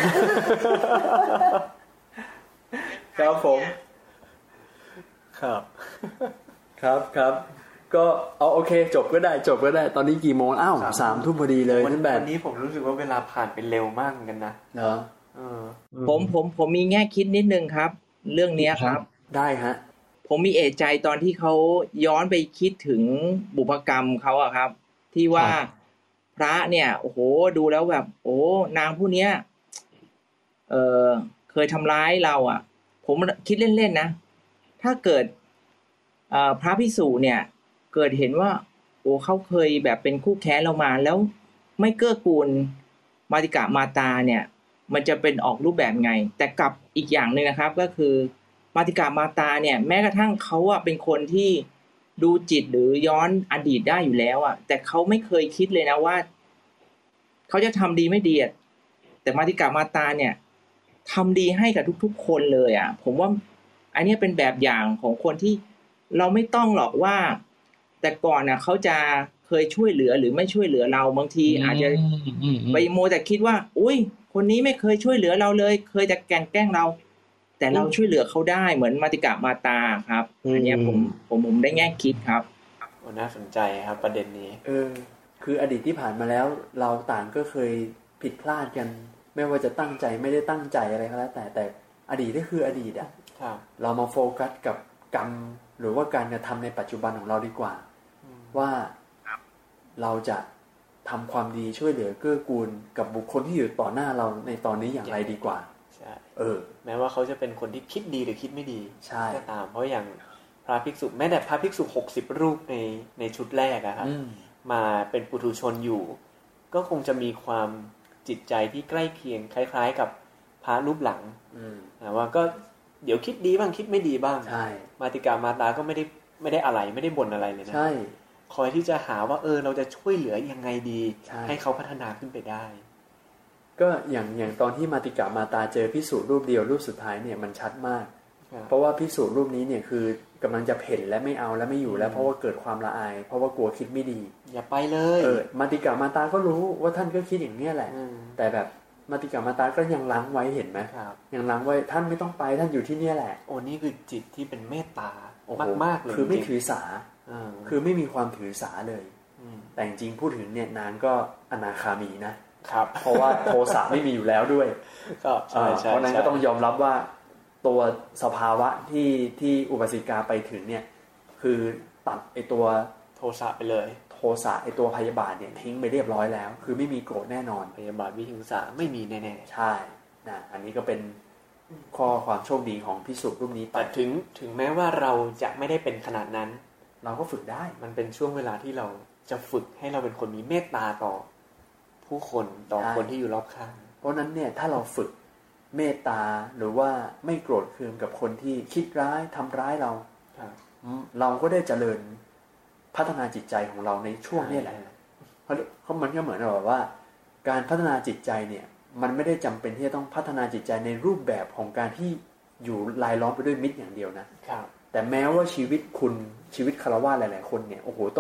ครับผมครับครับครับก็เอาโอเคจบก็ได้จบก็ได้ตอนนี้กี่โมงอ้าวสามทุ่มพอดีเลยวันนี้ผมรู้สึกว่าเวลาผ่านไปเร็วมากเหมือนกันนะเหรอเออผมผมผมมีแง่คิดนิดนึงครับเรื่องนี้ครับได้ฮะผมมีเอะใจตอนที่เขาย้อนไปคิดถึงบุพกรรมเขาอะครับที่ว่าพระเนี่ยโอ้โหดูแล้วแบบโอ้นางผู้เนี้ยเออเคยทำร้ายเราอ่ะผมคิดเล่นๆนะถ้าเกิดเอ่อพระภิกษุเนี่ยเกิดเห็นว่าโอ้เขาเคยแบบเป็นคู่แค้นเรามาแล้วไม่เกื้อกูลมาติกะมาตาเนี่ยมันจะเป็นออกรูปแบบไงแต่กลับอีกอย่างนึงนะครับก็คือมาติกะมาตาเนี่ยแม้กระทั่งเขาอ่ะเป็นคนที่ดูจิตหรือย้อนอดีตได้อยู่แล้วอ่ะแต่เขาไม่เคยคิดเลยนะว่าเขาจะทำดีไม่ดีอ่ะแต่มาติกะมาตาเนี่ยทำดีให้กับทุกๆคนเลยอ่ะผมว่าอันนี้เป็นแบบอย่างของคนที่เราไม่ต้องหรอกว่าแต่ก่อนน่ะเขาจะเคยช่วยเหลือหรือไม่ช่วยเหลือเราบางทีอาจจะไปโมแต่คิดว่าอุ้ยคนนี้ไม่เคยช่วยเหลือเราเลยเคยจะแกล้งแกล้งเราแต่เราช่วยเหลือเขาได้เหมือนมาติกะมาตาครับอันนี้ผมผมผมได้แง่คิดครับโอ้น่าสนใจครับประเด็นนี้เออคืออดีตที่ผ่านมาแล้วเราต่างก็เคยผิดพลาดกันไม่ว่าจะตั้งใจไม่ได้ตั้งใจอะไรก็แล้วแต่แต่อดีตก็คืออดีตอ่ะเรามาโฟกัสกับกรรมหรือว่าการกระทำในปัจจุบันของเราดีกว่าว่าเราจะทำความดีช่วยเหลือเกื้อกูลกับบุคคลที่อยู่ต่อหน้าเราในตอนนี้อย่างไรดีกว่าใช่เออแม้ว่าเขาจะเป็นคนที่คิดดีหรือคิดไม่ดีก็ตามเพราะอย่างพระภิกษุแม้แต่พระภิกษุหกสิบรูปในในชุดแรกอะครับมาเป็นปุถุชนอยู่ก็คงจะมีความจิตใจที่ใกล้เคียงคล้ายๆกับพระรูปหลังนะว่าก็เดี๋ยวคิดดีบ้างคิดไม่ดีบ้างมาติกามาตาก็ไม่ได้ไม่ได้อะไรไม่ได้บ่นอะไรเลยนะใช่คอยที่จะหาว่าเออเราจะช่วยเหลือยังไงดี ใ, ให้เขาพัฒนาขึ้นไปได้ก็อย่างอย่างตอนที่มาติกามาตาเจอภิกษุรูปเดียวรูปสุดท้ายเนี่ยมันชัดมากเพราะว่าภิกษุรูปนี้เนี่ยคือกำลังจะเพ่นและไม่เอาและไม่อยู่แล้วเพราะว่าเกิดความละอายเพราะว่ากลัวคิดไม่ดีอย่าไปเลยเออมาติกามาตาก็รู้ว่าท่านก็คิดอย่างนี้แหละแต่แบบมาติกามาตาก็ยังล้างไว้เห็นไหมยังล้างไว้ท่านไม่ต้องไปท่านอยู่ที่นี่แหละโอ้นี่คือจิตที่เป็นเมตตามากๆเลยคือไม่ถือสาคือไม่มีความถือสาเลยแต่จริงๆพูดถึงเนี่ยนางก็อนาคามีนะครับเพราะว่าโทสะไม่มีอยู่แล้วด้วยก็ใช่เพราะนั้นก็ต้องยอมรับว่าตัวสภาวะที่ที่อุบาสิกาไปถึงเนี่ยคือตัดไอตัวโทสะไปเลยโทสะไอตัวพยาบาทเนี่ยทิ้งไปเรียบร้อยแล้วคือไม่มีโกรธแน่นอนพยาบาทวิหิงสาไม่มีแน่ๆใช่นะอันนี้ก็เป็นข้อความโชคดีของภิกษุรูปนี้แต่ถึงถึงแม้ว่าเราจะไม่ได้เป็นขนาดนั้นเราก็ฝึกได้มันเป็นช่วงเวลาที่เราจะฝึกให้เราเป็นคนมีเมตตาต่อผู้คนต่อคนที่อยู่รอบข้างเพราะนั้นเนี่ยถ้าเราฝึกเมตตาหรือว่าไม่โกรธเคืองกับคนที่คิดร้ายทำร้ายเราเราก็ได้เจริญพัฒนาจิตใจของเราในช่วงนี้แหละเพราะเพราะมันก็เหมือนแบบว่าการพัฒนาจิตใจเนี่ยมันไม่ได้จำเป็นที่จะต้องพัฒนาจิตใจในรูปแบบของการที่อยู่รายล้อมไปด้วยมิตรอย่างเดียวนะแต่แม้ว่าชีวิตคุณชีวิตคฤหัสถ์หลายๆคนเนี่ยโอ้โหต้อง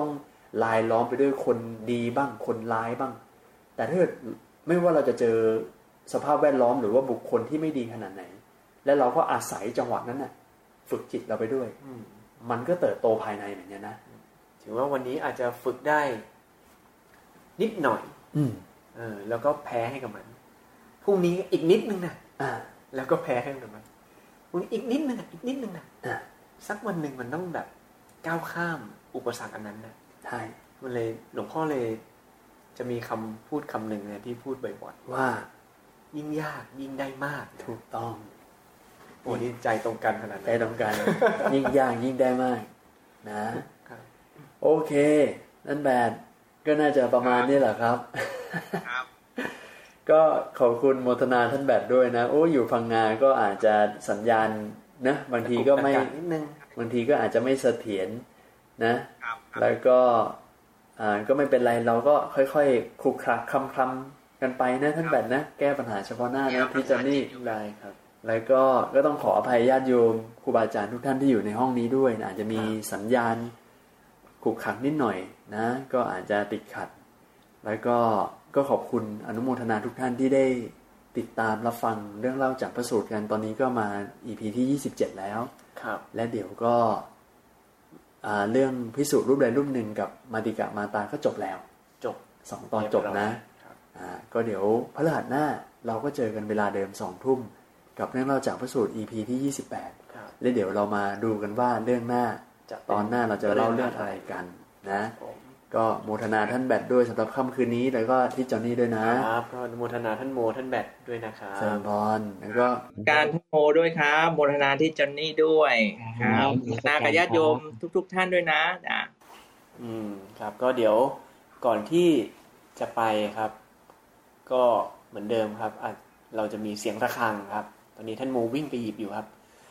ลายล้อมไปด้วยคนดีบ้างคนร้ายบ้างแต่ถ้าเกิดไม่ว่าเราจะเจอสภาพแวดล้อมหรือว่าบุคคลที่ไม่ดีขนาดไหนและเราก็อาศัยจังหวะนั้นน่ะฝึกจิตเราไปด้วยมันก็เติบโตภายในเหมือนกันนะถือว่าวันนี้อาจจะฝึกได้นิดหน่อยอืมเออแล้วก็แพ้ให้กับมันพรุ่งนี้อีกนิดนึงนะอ่าแล้วก็แพ้ให้กับมันพรุ่งนี้อีกนิดนึงอ่ะอีกนิดนึงนะอ่าสักวันหนึ่งมันต้องแบบก้าวข้ามอุปสรรคอันนั้นนะใช่มันเลยหลวงพ่อเลยจะมีคำพูดคำหนึ่งนะที่พูดบ่อยๆว่ายิ่งยากยิ่งได้มากถูกต้องโอ้นี่ใจตรงกันขนาดใจตรงกันยิ่งยากยิ่งได้มากนะโอเคนั่นแบบก็น่าจะประมาณนี้แหละครับครับก็ขอบคุณโมทนาท่านแบบด้วยนะโอ้อยู่พังงาก็อาจจะสัญญาณนะบางทีก็ไม่นิดนึงบางทีก็อาจจะไม่เสถียรนะแล้วก็อ่าก็ไม่เป็นไรเราก็ค่อยๆคลุกคลักคำคำกันไปนะท่านแบบนะแก้ปัญหาเฉพาะหน้านะพี่จอนนี่ได้ครับแล้วก็ก็ต้องขออภัยญาติโยมครูบาอาจารย์ทุกท่านที่อยู่ในห้องนี้ด้วยนะอาจจะมีสัญญาณขลุกขลักนิดหน่อยนะก็อาจจะติดขัดแล้วก็ก็ขอบคุณอนุโมทนาทุกท่านที่ได้ติดตามรับฟังเรื่องเล่าจากพระสูตรกันตอนนี้ก็มา อี พี ที่ยี่สิบเจ็ดแล้วครับและเดี๋ยวก็อ่าเรื่องพิสูจน์รูปใดรูปหนึ่งกับมาติกะมาตาก็จบแล้วจบสองตอนจบนะอ่าก็เดี๋ยวพฤหัสหน้าเราก็เจอกันเวลาเดิม สองทุ่มกับเรื่องเล่าจากพระสูตร อี พี ที่ยี่สิบแปดและเดี๋ยวเรามาดูกันว่าเรื่องหน้าตอนหน้าเราจะเล่าเรื่องอะไรกันนะก็โมทนาท่านแบดด้วยสำหรับค่ำคืนนี้แล้วก็ที่จอนนี่ด้วยนะครับก็โมทนาท่านโมท่านแบดด้วยนะครับเชิญพรแล้วก็การท่านโมด้วยครับโมทนาที่จอนนี่ด้วยครับโมทนากับญาติโยมทุกๆท่านด้วยนะนะอืมครับก็เดี๋ยวก่อนที่จะไปครับก็เหมือนเดิมครับเราจะมีเสียงระฆังครับตอนนี้ท่านโมวิ่งไปหยิบอยู่ครับ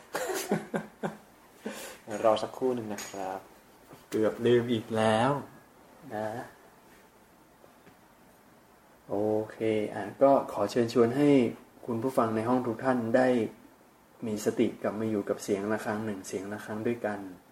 รอสักครู่หนึ่งนะครับเกือบลืมอีกแล้วนะโอเคอ่ะก็ขอเชิญชวนให้คุณผู้ฟังในห้องทุกท่านได้มีสติกลับมาอยู่กับเสียงระฆังหนึ่งเสียงระฆังด้วยกัน